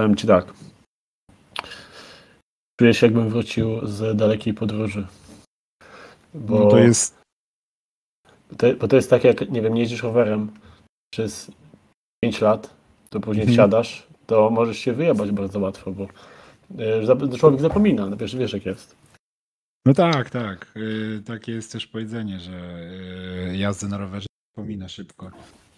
Powiem ci tak. Czuję się, jakbym wrócił z dalekiej podróży. Bo No to jest... Bo to jest tak, jak, nie wiem, jeździsz rowerem przez 5 lat, to później wsiadasz, to możesz się wyjebać bardzo łatwo, bo człowiek zapomina, no wiesz jak jest. No tak. Takie jest też powiedzenie, że jazda na rowerze zapomina szybko.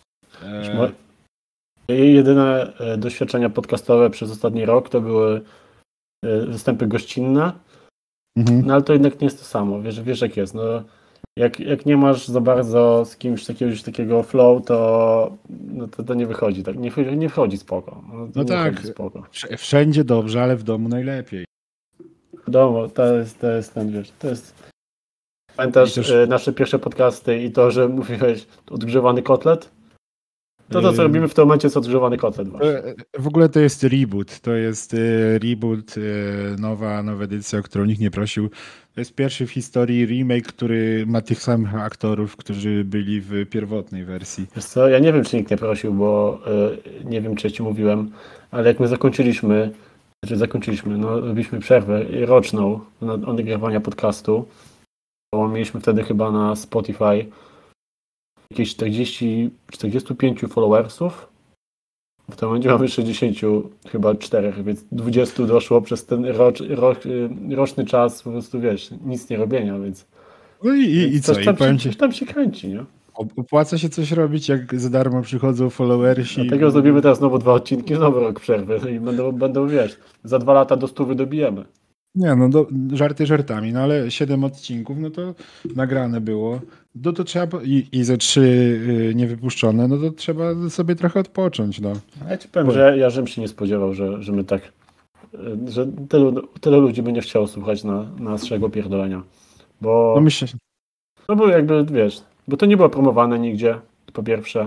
Jedyne doświadczenia podcastowe przez ostatni rok to były występy gościnne, no ale to jednak nie jest to samo, wiesz jak jest. No, jak nie masz za bardzo z kimś takiego flow, to nie wychodzi, tak? Nie wchodzi spoko. No tak, spoko. Wszędzie dobrze, ale w domu najlepiej. W domu, to jest ten, wiesz, to jest... Pamiętasz nasze pierwsze podcasty i to, że mówiłeś odgrzewany kotlet? To, co robimy w tym momencie, jest odgrzewany kotlet właśnie. W ogóle to jest reboot. To jest reboot, nowa edycja, o którą nikt nie prosił. To jest pierwszy w historii remake, który ma tych samych aktorów, którzy byli w pierwotnej wersji. Wiesz co, ja nie wiem, czy nikt nie prosił, bo nie wiem, czy ja ci mówiłem, ale jak my zakończyliśmy, no robiliśmy przerwę roczną na nagrywania podcastu, bo mieliśmy wtedy chyba na Spotify jakieś 45 followersów. W tym momencie mamy 64, więc 20 doszło przez ten roczny czas, po prostu wiesz, nic nie robienia, więc... No i co? Coś tam się kręci, nie? Opłaca się coś robić, jak za darmo przychodzą followersi. Dlatego zrobimy teraz znowu 2 odcinki, znowu rok przerwy i będą wiesz, za 2 lata do 100 dobijemy. Nie, no żarty żartami, no ale 7 odcinków, no to nagrane było. No to trzeba, i ze 3 niewypuszczone, no to trzeba sobie trochę odpocząć, no. Ja ci powiem, że ja żebym się nie spodziewał, że my tak, że tyle ludzi będzie chciało słuchać naszego pierdolenia. Bo, no myślę... No bo jakby, wiesz, bo to nie było promowane nigdzie, po pierwsze.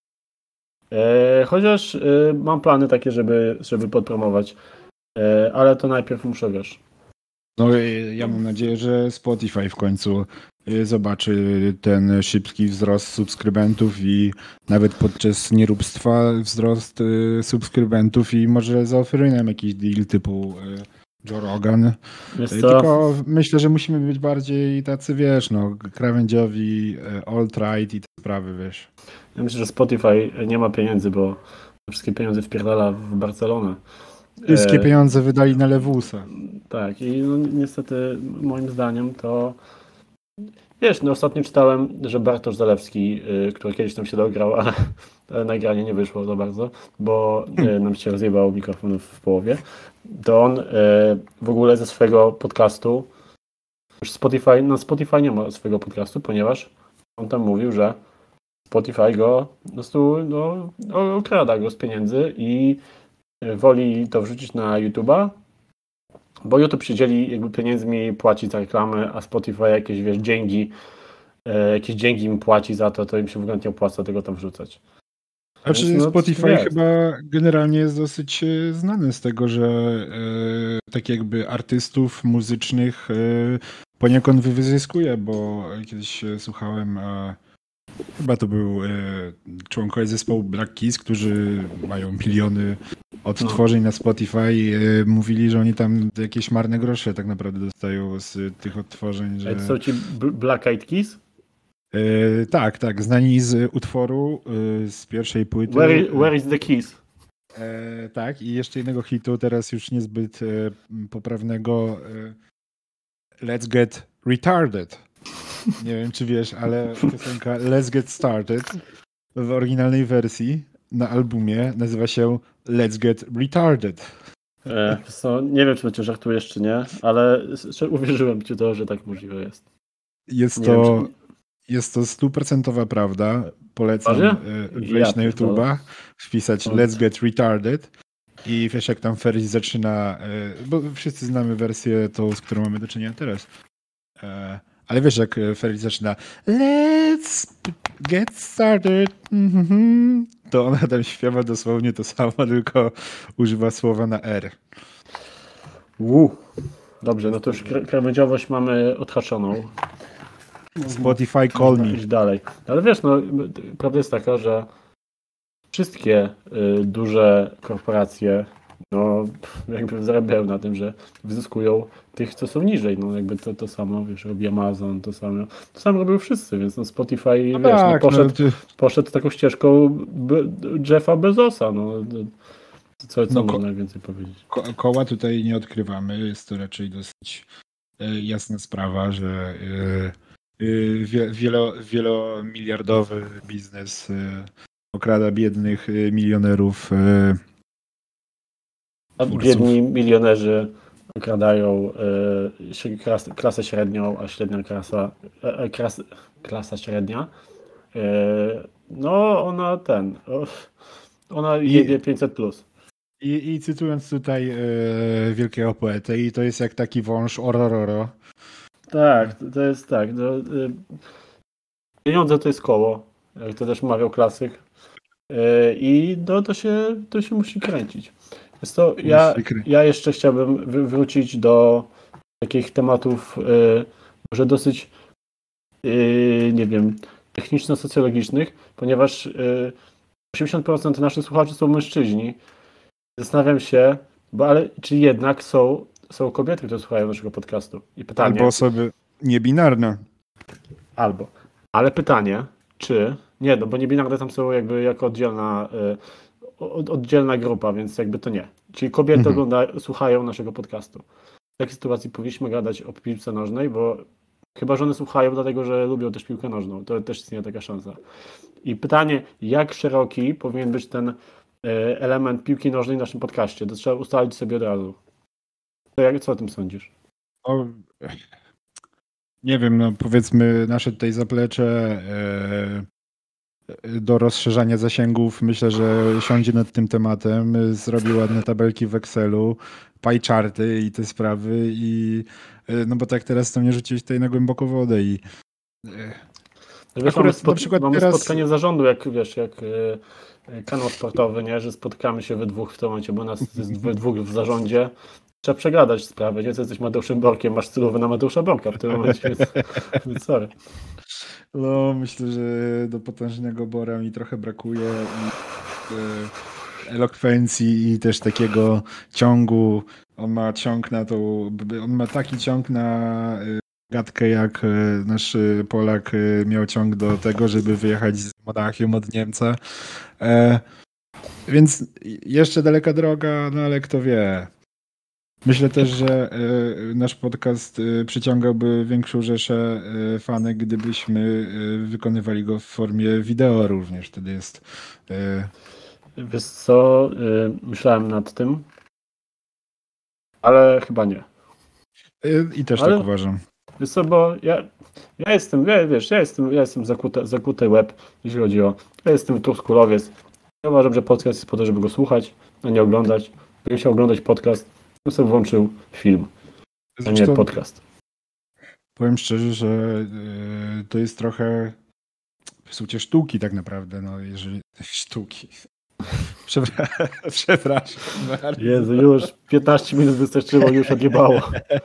Chociaż mam plany takie, żeby podpromować, ale to najpierw muszę, wiesz. No ja mam nadzieję, że Spotify w końcu zobaczy ten szybki wzrost subskrybentów i nawet podczas nieróbstwa wzrost subskrybentów i może zaoferuje nam jakiś deal typu Joe Rogan. Tylko myślę, że musimy być bardziej tacy, wiesz, no, krawędziowi, alt-right i te sprawy, wiesz. Ja myślę, że Spotify nie ma pieniędzy, bo wszystkie pieniądze wpierdala w Barcelonę. Wszystkie pieniądze wydali na Lewusa. Tak, i no, niestety moim zdaniem to... Wiesz, no ostatnio czytałem, że Bartosz Zalewski, który kiedyś tam się dograł, ale nagranie nie wyszło za bardzo, bo nam się rozjebał mikrofon w połowie, to on w ogóle ze swojego podcastu, już na Spotify nie ma swojego podcastu, ponieważ on tam mówił, że Spotify go po prostu okrada go z pieniędzy i woli to wrzucić na YouTube'a, bo YouTube się dzieli jakby pieniędzmi, płaci za reklamę, a Spotify jakieś, wiesz, jakieś dzięki im płaci za to im się w ogóle nie opłaca tego tam wrzucać. Znaczy Więc, Spotify chyba generalnie jest dosyć znany z tego, że tak jakby artystów muzycznych poniekąd wyzyskuje, bo kiedyś słuchałem, chyba to był członkowie zespołu Black Keys, którzy mają miliony odtworzeń na Spotify, mówili, że oni tam jakieś marne grosze tak naprawdę dostają z tych odtworzeń. Że... To są ci Black Eyed Keys? Tak, znani z utworu, z pierwszej płyty. Where is the Keys? Tak, i jeszcze jednego hitu, teraz już niezbyt poprawnego, Let's Get Retarded. Nie wiem, czy wiesz, ale piosenka Let's Get Started w oryginalnej wersji na albumie nazywa się Let's Get Retarded. Nie wiem, czy cię żartujesz, czy nie, ale uwierzyłem ci to, że tak możliwe jest. Jest to 100% prawda. Polecam wejść na YouTube'a, wpisać Let's Get Retarded i wiesz, jak tam Ferris zaczyna, bo wszyscy znamy wersję tą, z którą mamy do czynienia teraz. Ale wiesz, jak Ferris zaczyna Let's get started, to ona tam śpiewa dosłownie to samo, tylko używa słowa na R. Dobrze, no to już krawędziowość mamy odhaczoną. Spotify call me. Iść dalej. Ale wiesz, no prawda jest taka, że wszystkie duże korporacje no jakby zarabiają na tym, że wyzyskują tych, co są niżej. No jakby to samo, wiesz, robi Amazon, to samo robią wszyscy, więc no Spotify, No wiesz, no tak, no, poszedł taką ścieżką Jeffa Bezosa, no co no można więcej powiedzieć. koła tutaj nie odkrywamy. Jest to raczej dosyć jasna sprawa, że wielomiliardowy biznes okrada biednych milionerów. A Twórców. biedni milionerzy okradają klasę średnią, a średnia klasa średnia, no ona jebie 500+. Plus. I cytując tutaj wielkiego poetę, i to jest jak taki wąż orororo. Tak, to jest tak. Pieniądze to jest koło, jak to też mawiał klasyk. I no, to się musi kręcić. Więc to ja jeszcze chciałbym wrócić do takich tematów może dosyć nie wiem, techniczno-socjologicznych, ponieważ 80% naszych słuchaczy są mężczyźni. Zastanawiam się, ale czy jednak są kobiety, które słuchają naszego podcastu? I pytanie, Albo osoby niebinarne. Ale pytanie, czy... Nie, no bo niebinarne tam są jakby jako oddzielna grupa, więc jakby to nie. Czyli kobiety słuchają naszego podcastu. W takiej sytuacji powinniśmy gadać o piłce nożnej, bo chyba, że one słuchają dlatego, że lubią też piłkę nożną. To też istnieje taka szansa. I pytanie, jak szeroki powinien być ten element piłki nożnej w naszym podcaście? To trzeba ustalić sobie od razu. Co o tym sądzisz? Nie wiem, no powiedzmy nasze tutaj zaplecze do rozszerzania zasięgów. Myślę, że siądzie nad tym tematem, zrobi ładne tabelki w Excelu, pie charty i te sprawy i no bo tak teraz to mnie rzuciłeś tutaj na głęboką wodę i Wiesz, mamy spotkanie zarządu, jak wiesz, jak kanał sportowy, nie, że spotkamy się we dwóch w tym momencie, bo nas jest we dwóch w zarządzie. Trzeba przegadać sprawę, nie? Co jesteś Mateuszem Borkiem, masz celowy na Mateusza Borka w tym momencie, więc sorry. No, myślę, że do potężnego Bora mi trochę brakuje i elokwencji i też takiego ciągu. On ma taki ciąg na gadkę, jak nasz Polak miał ciąg do tego, żeby wyjechać z Monachium od Niemca. Więc jeszcze daleka droga, no ale kto wie. Myślę też, że nasz podcast przyciągałby większą rzeszę fanek, gdybyśmy wykonywali go w formie wideo również. Wtedy jest... Wiesz co, myślałem nad tym, ale chyba nie. I też tak uważam. Wiesz co, bo ja jestem zakuty łeb, jeśli chodzi o... Ja jestem turskulowiec. Ja uważam, że podcast jest po to, żeby go słuchać, a nie oglądać. Gdybym chciał oglądać podcast, to sobie włączył film, a nie podcast. Powiem szczerze, że to jest trochę psucie sztuki tak naprawdę, no jeżeli... Sztuki. Przepraszam. Jezu, już 15 minut wystarczyło, już odjebało.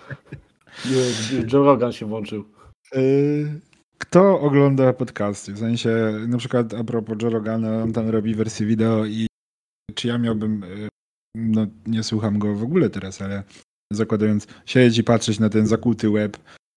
Joe Rogan się włączył. Kto ogląda podcasty? W sensie, na przykład a propos Joe Rogana, on tam robi wersję wideo i czy ja miałbym, no nie słucham go w ogóle teraz, ale zakładając, siedzieć i patrzeć na ten zakuty łeb,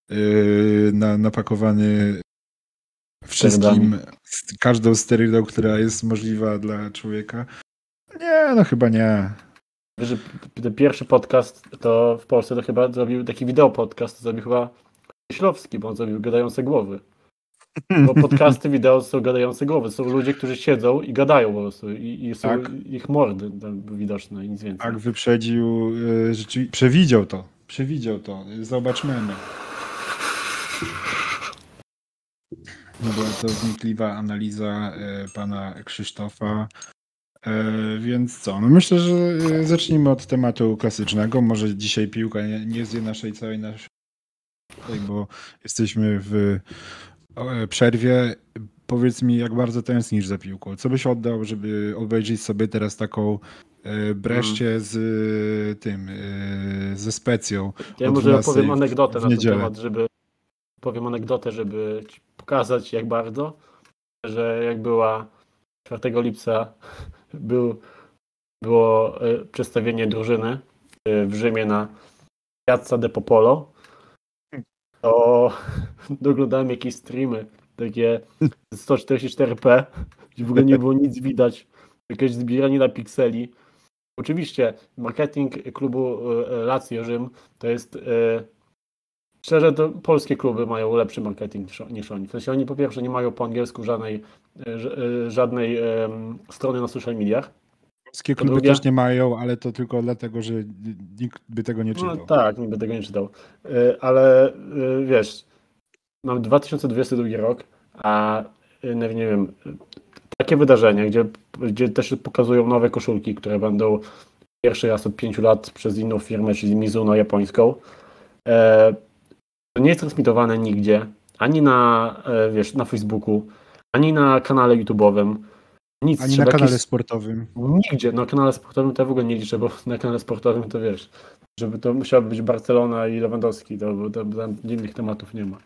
napakowany wszystkim, każdą sterydą, która jest możliwa dla człowieka. Nie, no chyba nie. Wiesz, że ten pierwszy podcast to w Polsce to chyba zrobił taki wideo podcast, to zrobił chyba Ślowski, bo on zrobił gadające głowy. Bo podcasty wideo są gadające głowy. Są ludzie, którzy siedzą i gadają po prostu i są ich mordy widoczne i nic więcej. Tak, wyprzedził, przewidział to. Zobaczmy. No była to wnikliwa analiza pana Krzysztofa. Więc co? No myślę, że zacznijmy od tematu klasycznego. Może dzisiaj piłka nie zje całej naszej, bo jesteśmy w przerwie. Powiedz mi, jak bardzo tęsknisz za piłką? Co byś oddał, żeby obejrzeć sobie teraz taką Breszcie z tym, ze Specją? Ja może opowiem anegdotę na ten temat, żeby ci pokazać, jak bardzo, że jak była 4 lipca był było przedstawienie drużyny w Rzymie na Piazza de Popolo, to doglądałem jakieś streamy, takie 144p, gdzie w ogóle nie było nic widać, jakieś zbieranie na pikseli. Oczywiście marketing klubu Lazio Rzym to jest szczerze, to polskie kluby mają lepszy marketing niż oni. W sensie oni po pierwsze nie mają po angielsku żadnej strony na social mediach. Polskie Po kluby drugie, też nie mają, ale to tylko dlatego, że nikt by tego nie no czytał. tak, niby tego nie czytał. Ale wiesz, mamy 2022 rok, a nie wiem, takie wydarzenia, gdzie też pokazują nowe koszulki, które będą pierwszy raz od 5 lat przez inną firmę, czyli Mizuno japońską. To nie jest transmitowane nigdzie, ani na, wiesz, na Facebooku, ani na kanale YouTube'owym. Nic. Ani na kanale sportowym. Nigdzie. Na kanale sportowym to ja w ogóle nie liczę, bo na kanale sportowym to wiesz, żeby to musiała być Barcelona i Lewandowski, to tam innych tematów nie ma.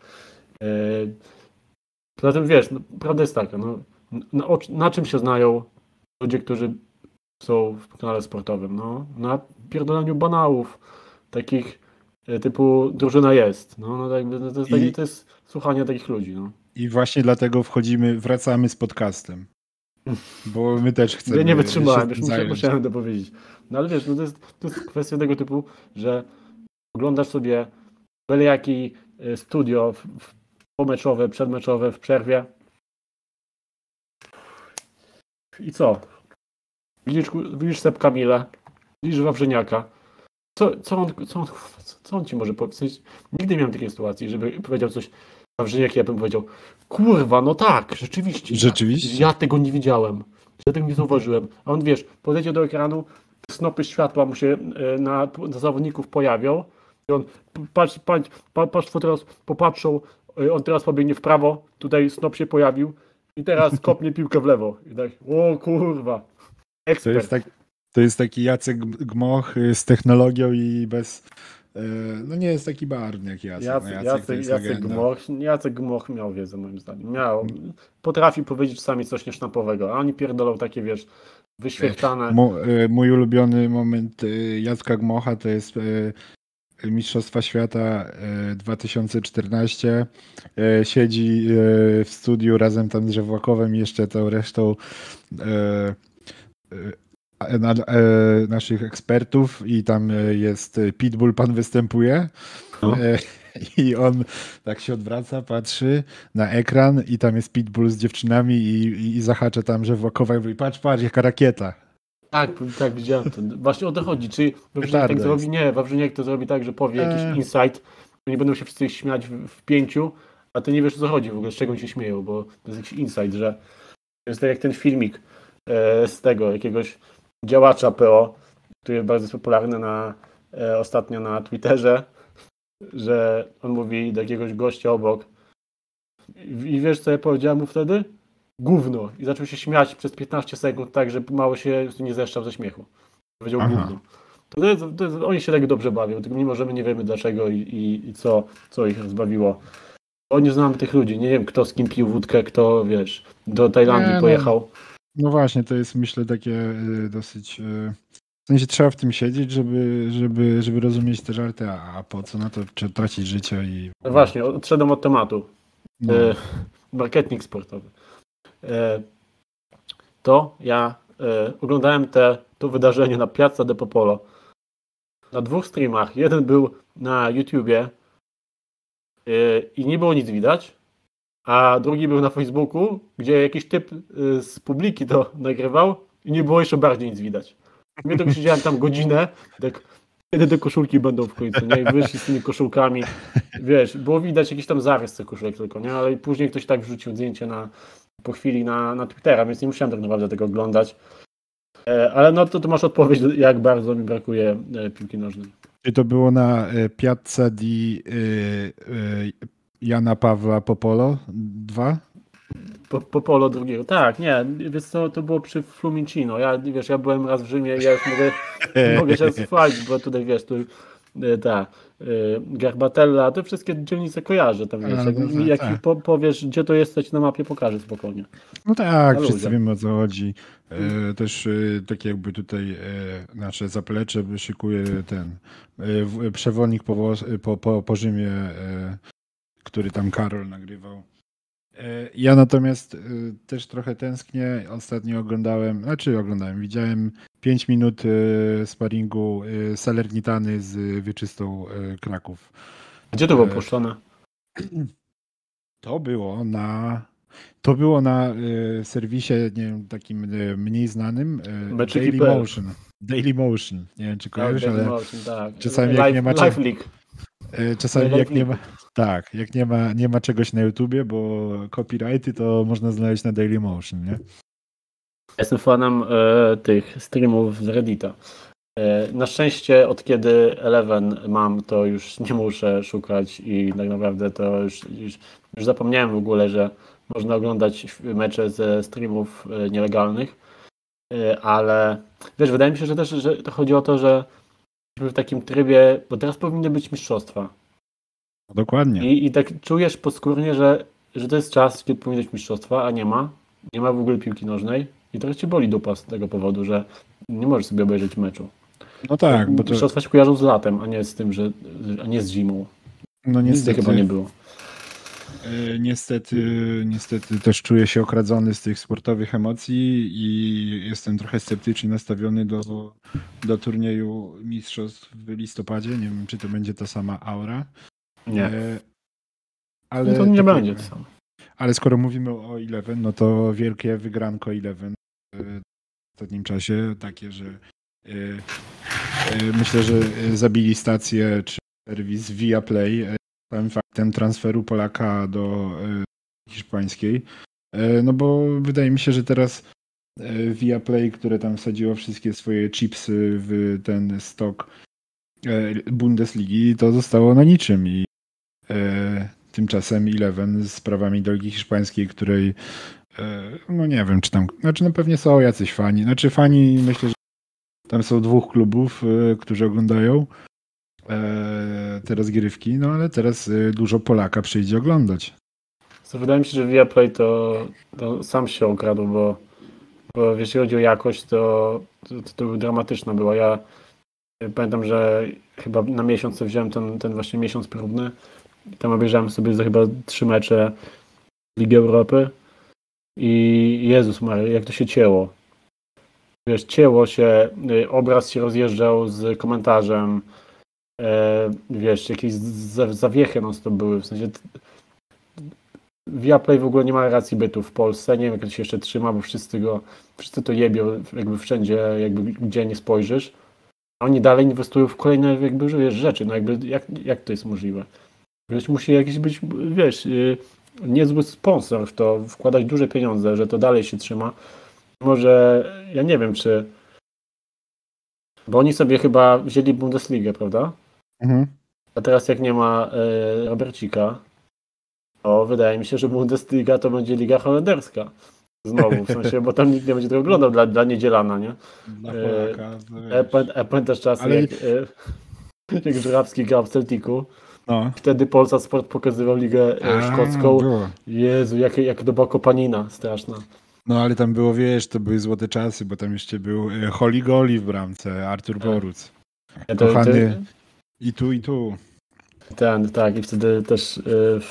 Poza tym wiesz, no, prawda jest taka, no, na czym się znają ludzie, którzy są w kanale sportowym? No, na pierdoleniu banałów, takich typu drużyna jest. No jakby, no, to jest słuchanie takich ludzi. No. I właśnie dlatego wracamy z podcastem. Bo my też chcemy Ja nie się wytrzymałem, tym już zająć. musiałem to powiedzieć. No ale wiesz, no to jest kwestia tego typu, że oglądasz sobie byle jaki studio pomeczowe, przedmeczowe w przerwie i co? Widzisz Sepp Kamilę, widzisz Wawrzyniaka. Co on ci może powiedzieć? Nigdy nie miałem takiej sytuacji, żeby powiedział coś Wawrzyniak, ja bym powiedział, kurwa, no tak, rzeczywiście. Rzeczywiście? Ja tego nie widziałem. Ja tego nie zauważyłem. A on, wiesz, podejdzie do ekranu, snopy światła mu się na zawodników pojawią i on, patrz, teraz popatrzą, on teraz pobiegnie w prawo, tutaj snop się pojawił i teraz kopnie piłkę w lewo. I tak, o kurwa, ekspert. To jest taki Jacek Gmoch z technologią i bez... No nie jest taki barwny jak Jacek. Jacek Gmoch miał wiedzę moim zdaniem. Potrafi powiedzieć czasami coś niesztampowego, a oni pierdolą takie, wiesz, wyświechtane. Mój ulubiony moment Jacka Gmocha to jest Mistrzostwa Świata 2014. Siedzi w studiu razem tam z Żewłakowem i jeszcze tą resztą naszych ekspertów i tam jest Pitbull, pan występuje. No. I on tak się odwraca, patrzy na ekran i tam jest Pitbull z dziewczynami i zahacza tam Żewłakowa i mówi, patrz, jaka rakieta. Tak, widziałem to. Właśnie o to chodzi. Czy Wawrzyniak tak zrobi? Nie, Wawrzyniak to zrobi tak, że powie jakiś insight, nie będą się wszyscy śmiać w pięciu, a ty nie wiesz, o co chodzi w ogóle, z czego się śmieją, bo to jest jakiś insight, że to jest tak jak ten filmik z tego jakiegoś działacza PO, który jest bardzo popularny ostatnio na Twitterze, że on mówi do jakiegoś gościa obok i wiesz, co ja powiedziałem mu wtedy? Gówno. I zaczął się śmiać przez 15 sekund tak, że mało się nie zeszczał ze śmiechu. Powiedział gówno. Oni się tak dobrze bawią, tylko mimo, że my nie wiemy dlaczego i co ich rozbawiło. Bo nie znamy tych ludzi. Nie wiem, kto z kim pił wódkę, kto, wiesz, do Tajlandii pojechał. No właśnie, to jest, myślę, takie dosyć... W sensie trzeba w tym siedzieć, żeby rozumieć te żarty, a po co na to tracić życie i... No właśnie, odszedłem od tematu. No. Marketing sportowy. To ja oglądałem to wydarzenie na Piazza de Popolo na 2 streamach. Jeden był na YouTubie i nie było nic widać, a drugi był na Facebooku, gdzie jakiś typ z publiki to nagrywał i nie było jeszcze bardziej nic widać. Ja tak siedziałem tam godzinę, tak kiedy te koszulki będą w końcu, nie? I wyszli z tymi koszulkami, wiesz, było widać jakiś tam zarys tych koszulek tylko, nie? Ale później ktoś tak wrzucił zdjęcie po chwili na Twittera, więc nie musiałem tak naprawdę tego oglądać. Ale no to masz odpowiedź, jak bardzo mi brakuje piłki nożnej. I to było na Piazza di Jana Pawła Popolo 2? Popolo drugiego. Tak, nie, wiesz co, to było przy Fiumicino. Ja byłem raz w Rzymie i ja już mogę się chwalić, bo tutaj wiesz, tu Garbatella, te wszystkie dzielnice kojarzę tam, wiesz, jak tak. powiesz, gdzie to jest, to ci na mapie pokażę spokojnie. No tak, Na wszyscy luzie. wiemy o co chodzi. Też tak jakby tutaj nasze zaplecze szykuje ten przewodnik po Rzymie, który tam Karol nagrywał. Ja natomiast też trochę tęsknię. Ostatnio widziałem 5 minut sparingu Salernitany z Wieczystą Kraków. Gdzie to było puszczone? To było na serwisie, nie wiem, takim mniej znanym, Meczyki.pl. Daily Motion. Nie wiem, czy kojarzysz, Daily ale Motion, tak. czasami jak nie ma Live League. czasami Live jak nie ma, League. tak, jak nie ma czegoś na YouTubie, bo copyrighty to można znaleźć na Daily Motion, nie? Jestem fanem tych streamów z Reddita. Na szczęście od kiedy Eleven mam, to już nie muszę szukać i tak naprawdę to już zapomniałem w ogóle, że można oglądać mecze ze streamów nielegalnych, ale wiesz, wydaje mi się, że też że to chodzi o to, że w takim trybie, bo teraz powinny być mistrzostwa Dokładnie. i tak czujesz podskórnie, że to jest czas, kiedy powinny być mistrzostwa, a nie ma w ogóle piłki nożnej i teraz cię boli dupa z tego powodu, że nie możesz sobie obejrzeć meczu. No tak, bo to Mistrzostwa się kojarzą z latem, a nie z tym, a nie z zimą. no Nigdy chyba nie było. Niestety też czuję się okradzony z tych sportowych emocji i jestem trochę sceptycznie nastawiony do turnieju mistrzostw w listopadzie. Nie wiem, czy to będzie ta sama aura. Nie. Ale to nie tak będzie jakby, to samo. Ale skoro mówimy o Eleven, no to wielkie wygranko Eleven w ostatnim czasie takie, że myślę, że zabili stację czy serwis Viaplay samym faktem transferu Polaka do hiszpańskiej. No bo wydaje mi się, że teraz Viaplay, które tam wsadziło wszystkie swoje chipsy w ten stok Bundesligi, to zostało na niczym i tymczasem Eleven z prawami do Ligi Hiszpańskiej, której no nie wiem, czy tam, znaczy no pewnie są jacyś fani, znaczy fani myślę, że tam są 2 klubów, którzy oglądają te rozgrywki, no ale teraz dużo Polaka przyjdzie oglądać. Wydaje mi się, że Viaplay to sam się okradł, bo jeśli chodzi o jakość, to dramatyczna była. Ja pamiętam, że chyba na miesiąc sobie wziąłem ten właśnie miesiąc próbny. Tam obejrzałem sobie za chyba 3 mecze Ligi Europy i Jezus Maria, jak to się cięło. Wiesz, cięło się, obraz się rozjeżdżał z komentarzem, wiesz, jakieś zawiechy non-stop były, w sensie Viaplay w ogóle nie ma racji bytu w Polsce, nie wiem jak to się jeszcze trzyma, bo wszyscy to jebią jakby wszędzie, jakby gdzie nie spojrzysz, a oni dalej inwestują w kolejne jakby wiesz, rzeczy, no jakby jak to jest możliwe? Wiesz, musi jakiś być, wiesz, niezły sponsor w to, wkładać duże pieniądze, że to dalej się trzyma. Może, ja nie wiem czy, bo oni sobie chyba wzięli Bundesligę, prawda? Mhm. A teraz jak nie ma Robercika, to wydaje mi się, że Bundesliga to będzie liga holenderska. Znowu, w sensie, bo tam nikt nie będzie tego oglądał dla Niedzielana, nie? Dla Polaka. Pamiętasz czasy, Ale- jak Żurawski grał w Celticu? No. Wtedy Polsat Sport pokazywał ligę szkocką. Było. Jezu, jak to była kopanina straszna. No ale tam było, wiesz, to były złote czasy, bo tam jeszcze był Holly Goli w bramce, Artur Boruc. Kochany i tu. Tak, i wtedy też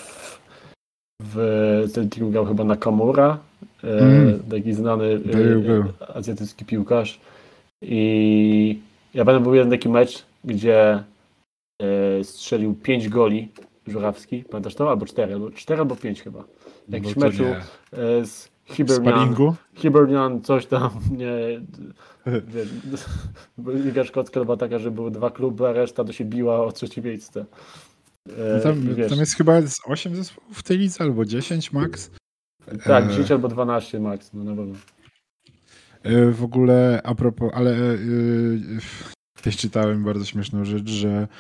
w Celticu grał chyba Nakamura, taki znany Był. azjatycki piłkarz. I ja pamiętam, był jeden taki mecz, gdzie strzelił 5 goli Żurawski, pamiętasz to? Albo 4 albo 5 chyba. W jakimś meczu z Hibernian, coś tam, nie, wiesz, Liga Szkocka była taka, że były 2 kluby, a reszta to się biła o 3. miejsce. Tam jest chyba 8 zespołów w tej lidze, albo 10 max. Tak, 10 albo 12 max, no na pewno. W ogóle a propos, ale też czytałem bardzo śmieszną rzecz, że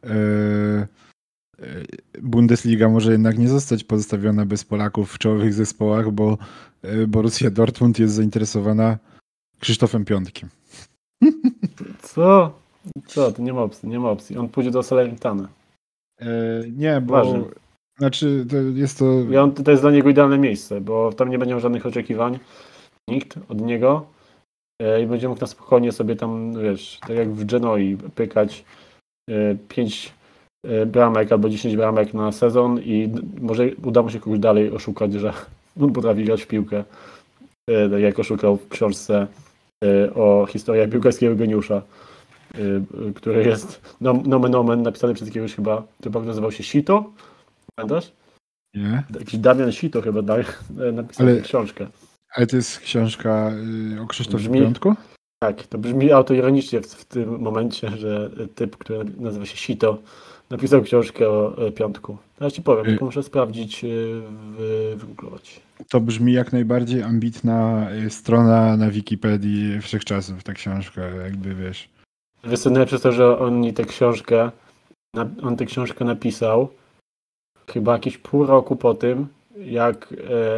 Bundesliga może jednak nie zostać pozostawiona bez Polaków w czołowych zespołach, bo Borussia Dortmund jest zainteresowana Krzysztofem Piątkiem. Co? Co, to nie ma opcji. On pójdzie do Salernitana. Nie, bo Ważne. znaczy to jest to... I to jest dla niego idealne miejsce, bo tam nie będzie miał żadnych oczekiwań. Nikt od niego. I będzie mógł na spokojnie sobie tam, wiesz, tak jak w Genoi, pykać 5 bramek albo 10 bramek na sezon i może uda mu się kogoś dalej oszukać, że on potrafi grać w piłkę, tak jak oszukał w książce o historiach piłkarskiego geniusza, który jest nomen omen, napisany przez jakiegoś chyba, typak nazywał się Sito, pamiętasz? Nie? Jakiś Damian Sito chyba napisał tę książkę. Ale to jest książka o Krzysztofie Brzmi- Piątku? Tak, to brzmi autoironicznie w tym momencie, że typ, który nazywa się Sito, napisał książkę o Piątku. Ja ci powiem, tylko muszę sprawdzić, wygooglować. To brzmi jak najbardziej ambitna strona na Wikipedii wszechczasów, ta książka, jakby wiesz. Wiesz co, najlepsze jest to, że on tę książkę napisał chyba jakieś pół roku po tym, jak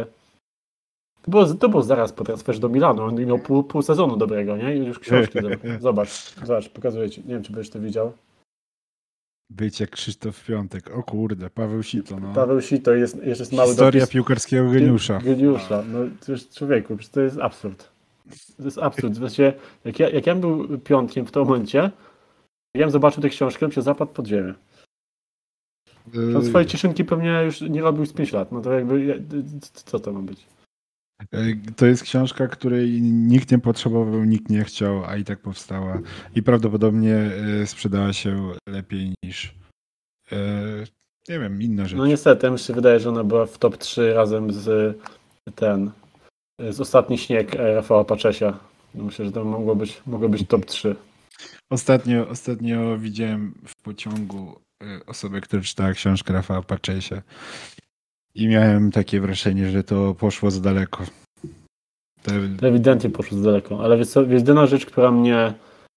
to było zaraz po transferze do Milanu. On miał pół sezonu dobrego, nie? I już książki. Zobacz, pokazuję ci. Nie wiem, czy byś to widział. Być jak Krzysztof Piątek. O kurde, Paweł Sito. No. Paweł Sito jest mały Historia dopis piłkarskiego geniusza. Geniusza. No przecież człowieku, przecież to jest absurd. To jest absurd. Właściwie, jak ja był Piątkiem w tym momencie, jak ja bym zobaczył tę książkę, bym się zapadł pod ziemię. On swojej cieszynki pewnie już nie robił z 5 lat. No to jakby, co to ma być? To jest książka, której nikt nie potrzebował, nikt nie chciał, a i tak powstała. I prawdopodobnie sprzedała się lepiej niż nie wiem, inne rzeczy. No niestety, mi się wydaje, że ona była w top 3 razem z Ostatni śnieg Rafała Paczesia. Myślę, że to mogło być top 3. Ostatnio widziałem w pociągu osobę, która czytała książkę Rafała Paczesia i miałem takie wrażenie, że to poszło za daleko. To ewidentnie poszło za daleko, ale jest jedyna rzecz, która mnie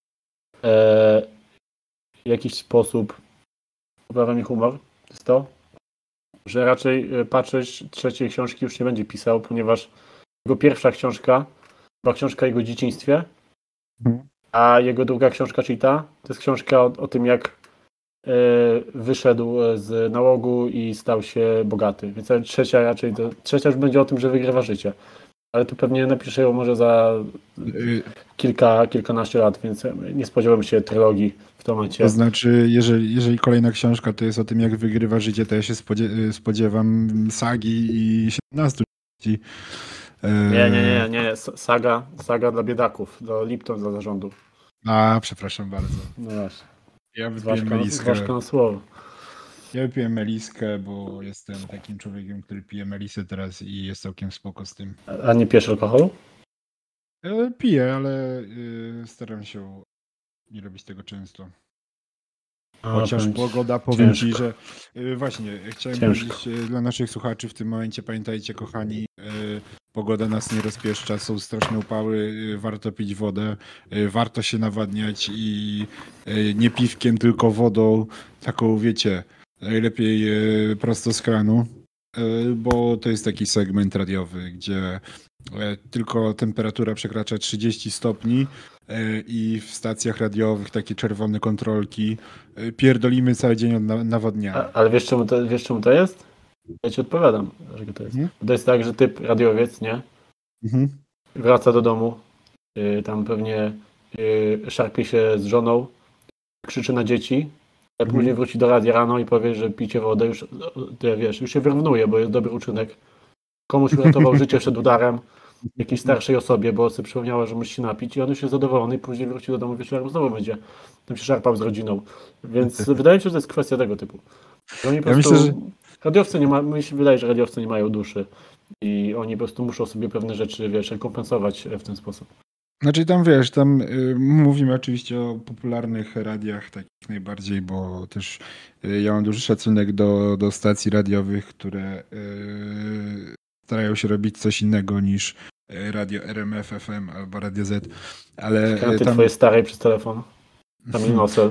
w jakiś sposób poprawia mi humor, to jest to, że raczej Paczeć trzeciej książki już nie będzie pisał, ponieważ jego pierwsza książka była książka o jego dzieciństwie, a jego druga książka, czyli to jest książka o tym, jak wyszedł z nałogu i stał się bogaty. Więc trzecia już będzie o tym, że wygrywa życie. Ale tu pewnie napiszę ją może za kilkanaście lat, więc nie spodziewam się trylogii w tym momencie. To znaczy, jeżeli kolejna książka to jest o tym, jak wygrywa życie, to ja się spodziewam sagi i 17 części. Nie. Saga dla biedaków, do Lipton dla zarządu. A, przepraszam bardzo. No właśnie. Ja wypiłem meliskę. Zwłaszcza na słowo. Ja wypiłem meliskę, bo jestem takim człowiekiem, który pije melisę teraz i jest całkiem spoko z tym. A nie pijesz alkoholu? Piję, ale staram się nie robić tego często. Chociaż pogoda, powiem ci, że właśnie, chciałem powiedzieć dla naszych słuchaczy w tym momencie, pamiętajcie kochani, pogoda nas nie rozpieszcza, są straszne upały, warto pić wodę, warto się nawadniać i nie piwkiem, tylko wodą, taką wiecie, najlepiej prosto z kranu, bo to jest taki segment radiowy, gdzie tylko temperatura przekracza 30 stopni i w stacjach radiowych takie czerwone kontrolki pierdolimy cały dzień od nawadniania. Ale wiesz czemu to jest? Ja ci odpowiadam, że to jest. To jest tak, że typ radiowiec, nie? Wraca do domu, tam pewnie szarpie się z żoną, krzyczy na dzieci, a później wróci do radia rano i powie, że picie wodę, już się wyrównuje, bo jest dobry uczynek. Komuś uratował życie przed udarem, jakiejś starszej osobie, bo sobie przypomniała, że musi się napić i on już jest zadowolony i później wróci do domu wieczorem, znowu będzie tam się szarpał z rodziną. Więc wydaje mi się, że to jest kwestia tego typu. Oni po prostu, myślę, że radiowcy mi się wydaje, że radiowcy nie mają duszy i oni po prostu muszą sobie pewne rzeczy, rekompensować w ten sposób. Znaczy tam mówimy oczywiście o popularnych radiach takich najbardziej, bo też ja mam duży szacunek do stacji radiowych, które starają się robić coś innego niż radio RMF FM albo Radio Z, ale tam twoje starej przez telefon. Tam Inosel.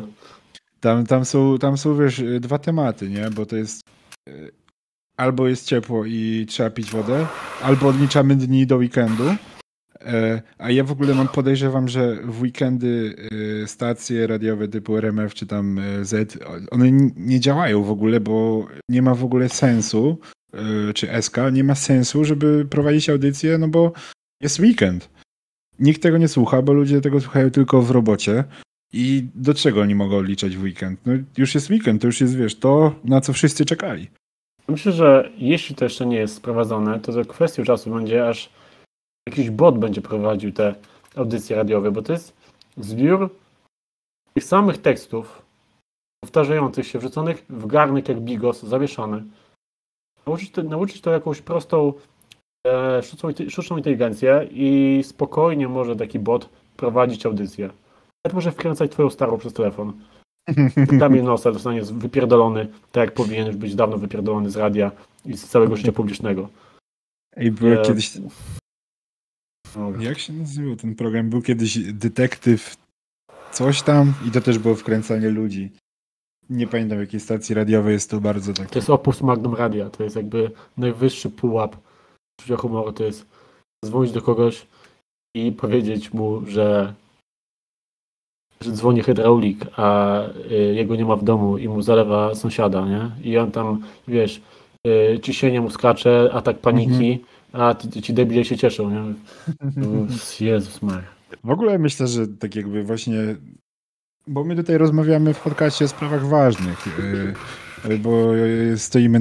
Tam są wiesz, dwa tematy, nie? Bo to jest albo jest ciepło i trzeba pić wodę, albo odliczamy dni do weekendu. A ja w ogóle podejrzewam, że w weekendy stacje radiowe typu RMF czy tam Z, one nie działają w ogóle, bo nie ma w ogóle sensu, czy SK, nie ma sensu, żeby prowadzić audycję, no bo jest weekend. Nikt tego nie słucha, bo ludzie tego słuchają tylko w robocie. I do czego oni mogą liczyć w weekend? No już jest weekend, to już jest, wiesz, to, na co wszyscy czekali. Myślę, że jeśli to jeszcze nie jest sprowadzone, to za kwestią czasu będzie, aż jakiś bot będzie prowadził te audycje radiowe, bo to jest zbiór tych samych tekstów powtarzających się, wrzuconych w garnek jak bigos, zawieszany. Nauczyć to jakąś prostą sztuczną inteligencję i spokojnie może taki bot prowadzić audycję. Nawet może wkręcać twoją starą przez telefon. Kamień nosa zostanie wypierdolony, tak jak powinien już być dawno wypierdolony z radia i z całego życia publicznego. I było kiedyś... Jak się nazywał ten program? Był kiedyś detektyw coś tam i to też było wkręcanie ludzi. Nie pamiętam jakiej stacji radiowej, jest to bardzo takie... To jest opus magnum radia, to jest jakby najwyższy pułap poczucia humoru, to jest dzwonić do kogoś i powiedzieć mu, że dzwoni hydraulik, a jego nie ma w domu i mu zalewa sąsiada, nie? I on tam, wiesz, ciśnienie mu skacze, atak paniki, a ci debile się cieszą, nie? Jezus Maria. W ogóle myślę, że tak jakby właśnie, bo my tutaj rozmawiamy w podcaście o sprawach ważnych, bo stoimy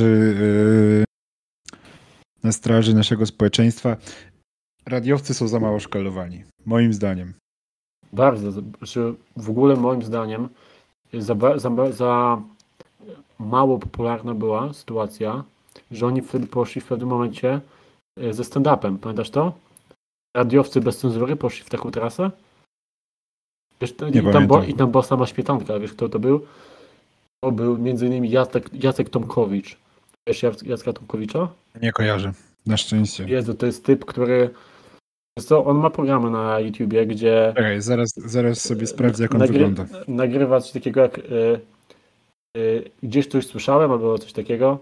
na straży naszego społeczeństwa. Radiowcy są za mało szkalowani, moim zdaniem. Bardzo, że w ogóle moim zdaniem za mało popularna była sytuacja, że oni wtedy poszli w pewnym momencie ze stand-upem. Pamiętasz to? Radiowcy bez cenzury poszli w taką trasę. Wiesz, i tam była sama śmietanka. Wiesz, kto to był? To był m.in. Jacek Tomkowicz. Wiesz Jacka Tomkowicza? Nie kojarzę, na szczęście. Jezu, to jest typ, który... On ma programy na YouTubie, gdzie... Czekaj, zaraz sobie sprawdzę, jak on wygląda. Nagrywa coś takiego jak... gdzieś coś słyszałem, albo coś takiego,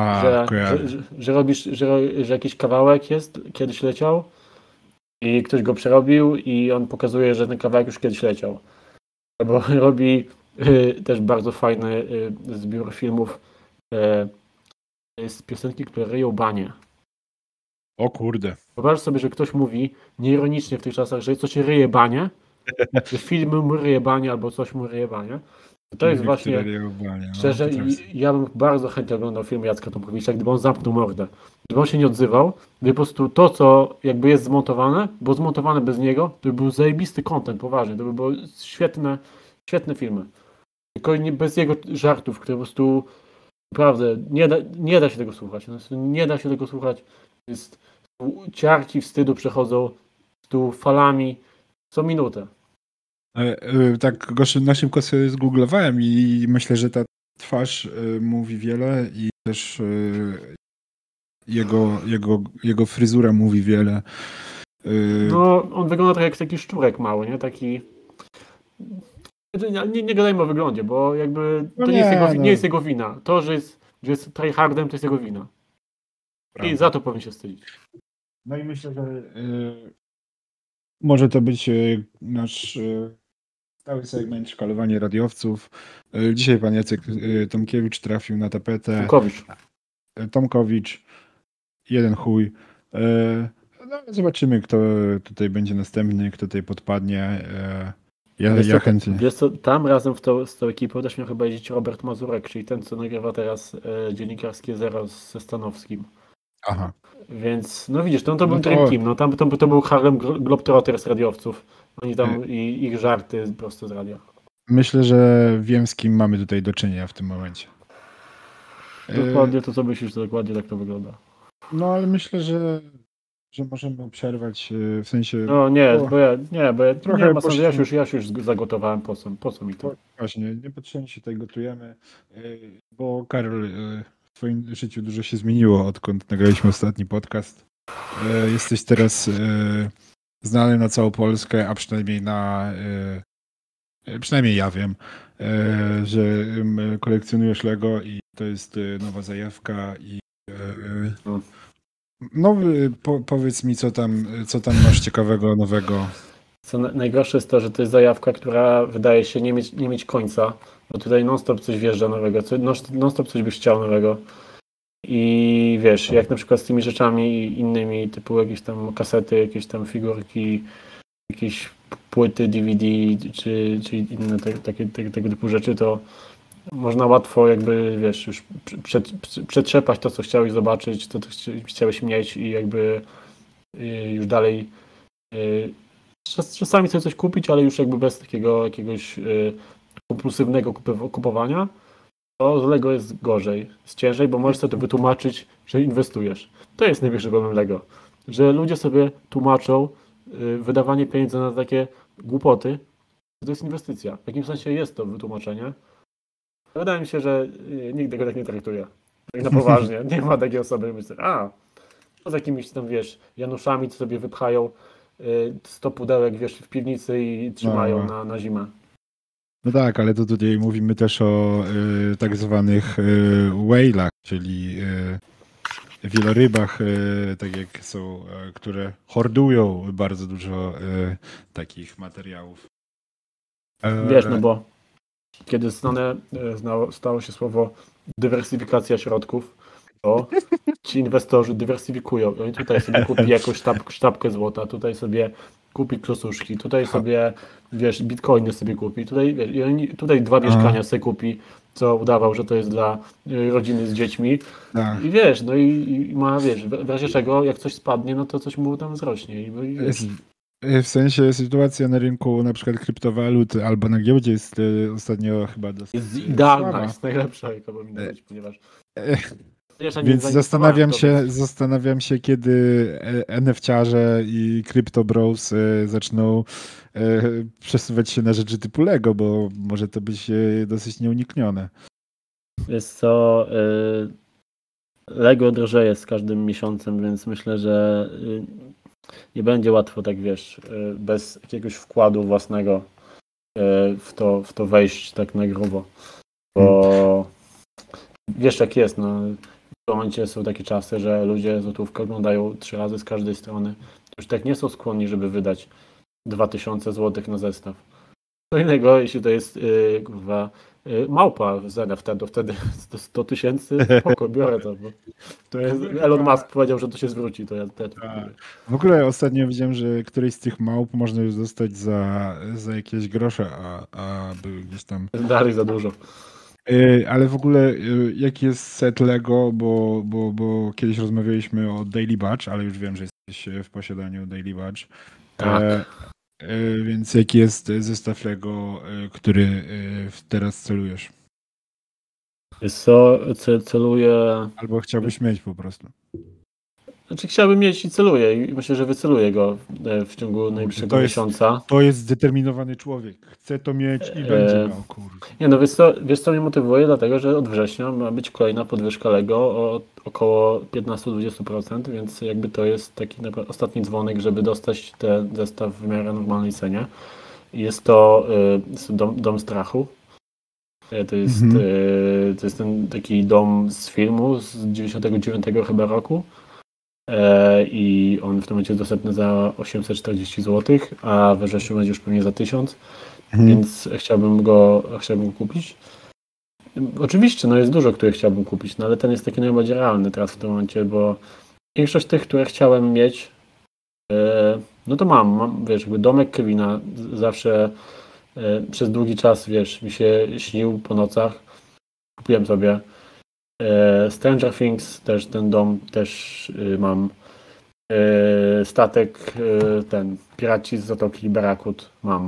że jakiś kawałek jest, kiedyś leciał i ktoś go przerobił i on pokazuje, że ten kawałek już kiedyś leciał. Albo robi też bardzo fajny zbiór filmów z piosenki, które ryją banie. O kurde. Wyobraź sobie, że ktoś mówi nieironicznie w tych czasach, że coś ryje banie, że film mu ryje banie albo coś mu ryje banie. To jest właśnie, szczerze, ja bym bardzo chętnie oglądał film Jacka Tomkowicza, gdyby on zamknął mordę. Gdyby on się nie odzywał, gdyby po prostu to, co jakby jest zmontowane, było zmontowane bez niego, to by był zajebisty content, poważnie. To by były świetne filmy. Tylko nie, bez jego żartów, które po prostu naprawdę nie da się tego słuchać. Nie da się tego słuchać. Jest, ciarki wstydu przechodzą tu falami co minutę. Tak na szybko sobie zgooglowałem i myślę, że ta twarz mówi wiele i też jego fryzura mówi wiele. No, on wygląda trochę jak taki szczurek mały, nie? Taki... Nie gadajmy o wyglądzie, bo jakby to nie jest jego wina. To, że jest tryhardem, to jest jego wina. Prawda. I za to powinien się wstydzić. No i myślę, że może to być nasz stały segment szkalowanie radiowców. Dzisiaj pan Jacek Tomkiewicz trafił na tapetę. Tomkowicz. Jeden chuj. No, zobaczymy, kto tutaj będzie następny, kto tutaj podpadnie. Ja chętnie. Wiesz co, tam razem z tą ekipą też miał chyba jeździć Robert Mazurek, czyli ten, co nagrywa teraz Dziennikarskie Zero ze Stanowskim. Aha. Więc, no widzisz, to był Dream Team, no tam to był Harlem Globetrotters radiowców. Oni tam i ich żarty prosto z radia. Myślę, że wiem, z kim mamy tutaj do czynienia w tym momencie. Dokładnie to, co myślisz, to dokładnie tak to wygląda. No, ale myślę, że możemy przerwać, w sensie... No bo ja trochę nie ma sensu, ja się już zagotowałem, po co mi to? Właśnie, niepotrzebnie się tutaj gotujemy, bo Karol, w twoim życiu dużo się zmieniło, odkąd nagraliśmy ostatni podcast. Jesteś teraz znany na całą Polskę, a przynajmniej ja wiem, że kolekcjonujesz Lego i to jest nowa zajawka i No, powiedz mi, co tam masz ciekawego, nowego. Co najgorsze jest to, że to jest zajawka, która wydaje się nie mieć końca, bo tutaj non-stop coś wjeżdża nowego, non-stop coś byś chciał nowego. I wiesz, jak na przykład z tymi rzeczami innymi, typu jakieś tam kasety, jakieś tam figurki, jakieś płyty DVD, czy inne tego typu rzeczy, to można łatwo jakby, wiesz, już przetrzepać to, co chciałeś zobaczyć, to, co chciałeś mieć i jakby już dalej czasami sobie coś kupić, ale już jakby bez takiego jakiegoś kompulsywnego kupowania. To z Lego jest gorzej, jest ciężej, bo możesz sobie to wytłumaczyć, że inwestujesz. To jest największy problem Lego, że ludzie sobie tłumaczą wydawanie pieniędzy na takie głupoty, że to jest inwestycja. W jakimś sensie jest to wytłumaczenie. Wydaje mi się, że nikt tego tak nie traktuje. Tak na poważnie. Nie ma takiej osoby, że myślę, z jakimiś tam, wiesz, Januszami, co sobie wypchają 100 pudełek, wiesz, w piwnicy i trzymają na zimę. No tak, ale to tutaj mówimy też o tak zwanych whale'ach, czyli wielorybach, tak jak są, które hordują bardzo dużo takich materiałów. Wiesz, no bo kiedy stało się słowo dywersyfikacja środków, to ci inwestorzy dywersyfikują. Oni tutaj sobie kupi jakąś sztabkę złota, tutaj sobie kupi klosuszki, tutaj sobie, wiesz, bitcoiny sobie kupi, tutaj 2 mieszkania sobie kupi, co udawał, że to jest dla rodziny z dziećmi. Tak. I wiesz, no i ma, wiesz, w razie czego, jak coś spadnie, no to coś mu tam wzrośnie. W sensie sytuacja na rynku na przykład kryptowalut albo na giełdzie jest ostatnio chyba dosyć Jest idealna, słaba. jest najlepsza, jaka powinna być, ponieważ Więc zastanawiam się, kiedy NFT-ciarze i Crypto Bros zaczną przesuwać się na rzeczy typu Lego, bo może to być dosyć nieuniknione. Jest co, Lego drożeje z każdym miesiącem, więc myślę, że nie będzie łatwo, tak wiesz, bez jakiegoś wkładu własnego w to wejść tak na grubo. Bo wiesz jak jest, no. W tym momencie są takie czasy, że ludzie złotówkę oglądają 3 razy z każdej strony. Już tak nie są skłonni, żeby wydać 2000 zł na zestaw. Co innego, jeśli to jest małpa z NFT, to wtedy 100 000, spoko, biorę to. Bo to jest, Elon Musk powiedział, że to się zwróci, to ja to kupuję. W ogóle ostatnio widziałem, że któryś z tych małp można już dostać za jakieś grosze, a były gdzieś tam... Dalej za dużo. Ale w ogóle jaki jest set Lego, bo kiedyś rozmawialiśmy o Daily Badge, ale już wiem, że jesteś w posiadaniu Daily Badge. Tak. Więc jaki jest zestaw Lego, który teraz celujesz? Jest co, celuję... Albo chciałbyś mieć po prostu. Znaczy chciałbym mieć i celuję i myślę, że wyceluję go w ciągu najbliższego miesiąca. To jest zdeterminowany człowiek. Chce to mieć i będzie miał, kurde. Nie no, wiesz co mnie motywuje? Dlatego, że od września ma być kolejna podwyżka Lego o około 15-20%, więc jakby to jest taki ostatni dzwonek, żeby dostać ten zestaw w miarę normalnej cenie. Jest to dom strachu. To jest ten taki dom z filmu z 99 chyba roku. I on w tym momencie jest dostępny za 840 zł, a we wrześniu będzie już pewnie za 1000, więc chciałbym go kupić. Oczywiście, no jest dużo, które chciałbym kupić, no ale ten jest taki najbardziej realny teraz w tym momencie, bo większość tych, które chciałem mieć, no to mam, wiesz, jakby domek Kevina zawsze przez długi czas, wiesz, mi się śnił po nocach, kupiłem sobie. Stranger Things, też ten dom też mam. Statek, ten Piraci z Zatoki Barakut mam.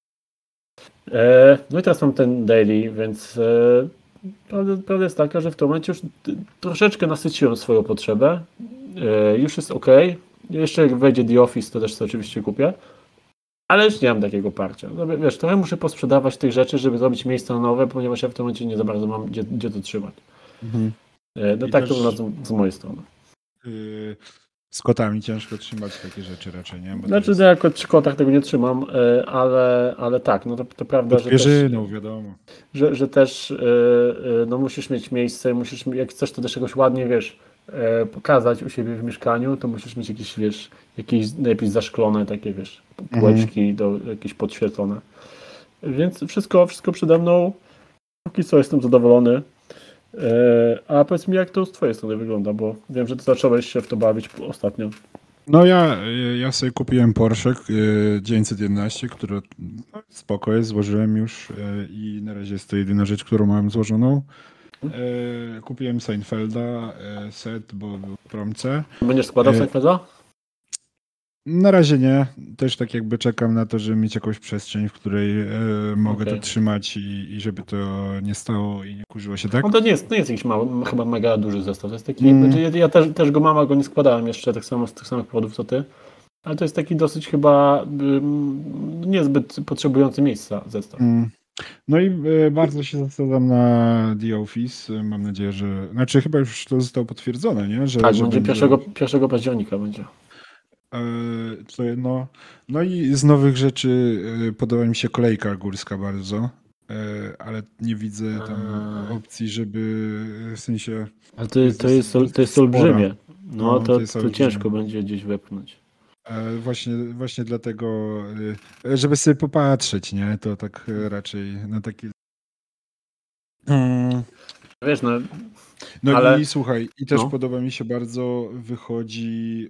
No i teraz mam ten daily, więc prawda jest taka, że w tym momencie już troszeczkę nasyciłem swoją potrzebę. Już jest ok. Jeszcze jak wejdzie The Office, to też sobie oczywiście kupię. Ale już nie mam takiego parcia. No, wiesz, trochę muszę posprzedawać tych rzeczy, żeby zrobić miejsce na nowe, ponieważ ja w tym momencie nie za bardzo mam gdzie to trzymać. No tak to wygląda z mojej strony. Z kotami ciężko trzymać takie rzeczy raczej, nie? Bo znaczy, ja jako przy kotach tego nie trzymam, ale tak, no to prawda, że zwierzyną, wiadomo. Że też no musisz mieć miejsce, jak chcesz to też jakoś ładnie, wiesz, pokazać u siebie w mieszkaniu, to musisz mieć jakieś, wiesz, jakieś najlepiej zaszklone takie, wiesz, półeczki jakieś podświetlone. Więc wszystko przede mną. Póki co jestem zadowolony. A powiedz mi, jak to z twojej strony wygląda, bo wiem, że ty zacząłeś się w to bawić ostatnio. No ja sobie kupiłem Porsche 911, które no, spoko jest, złożyłem już i na razie jest to jedyna rzecz, którą mam złożoną. Kupiłem Seinfelda set, bo był w promce. Będziesz składał Seinfelda? Na razie nie. Też tak jakby czekam na to, żeby mieć jakąś przestrzeń, w której mogę Okej. to trzymać i żeby to nie stało i nie kurzyło się tak. No to nie jest jakiś mały, chyba mega duży zestaw. To jest taki, ja też go mam, a go nie składałem jeszcze tak samo z tych samych powodów co ty. Ale to jest taki dosyć chyba niezbyt potrzebujący miejsca zestaw. No i bardzo się zastanawiam na The Office. Mam nadzieję, że... Znaczy chyba już to zostało potwierdzone, nie? Tak, że będzie 1 października będzie. To jedno. No i z nowych rzeczy podoba mi się kolejka górska bardzo, ale nie widzę tam opcji, żeby w sensie... Ale to jest olbrzymie. No to jest to olbrzymie. ciężko będzie gdzieś wepchnąć. Właśnie dlatego, żeby sobie popatrzeć, nie? To tak raczej na taki... Wiesz, No ale... i słuchaj, i też No. podoba mi się bardzo, wychodzi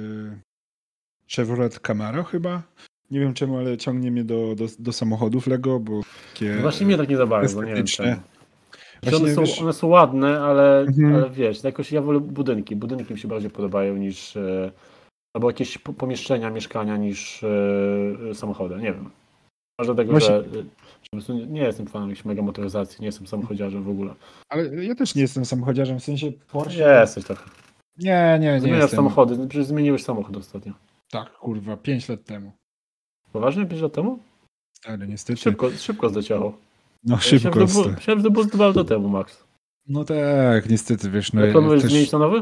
Chevrolet Camaro chyba. Nie wiem czemu, ale ciągnie mnie do samochodów Lego, bo takie No właśnie mnie tak nie za bardzo, nie wiem estetyczne. czemu. Właśnie, One są ładne, ale Mhm. wiesz, jakoś ja wolę budynki. Budynki mi się bardziej podobają niż albo jakieś pomieszczenia, mieszkania niż samochody. Nie wiem. Może dlatego, Właśnie- że po prostu nie jestem fanem jakiejś mega motoryzacji, nie jestem samochodziarzem w ogóle. Ale ja też nie jestem samochodziarzem, w sensie Porsche... Jesteś trochę. Nie Zmieniasz jestem. samochody, przecież zmieniłeś samochód ostatnio. Tak, kurwa, 5 lat temu. Poważnie? 5 lat temu? Ale niestety. Szybko zleciało. No szybko. Myślałem, że to było 2 lata temu, Max. No tak, niestety, wiesz, no Ale planujesz też... zmienić na nowy?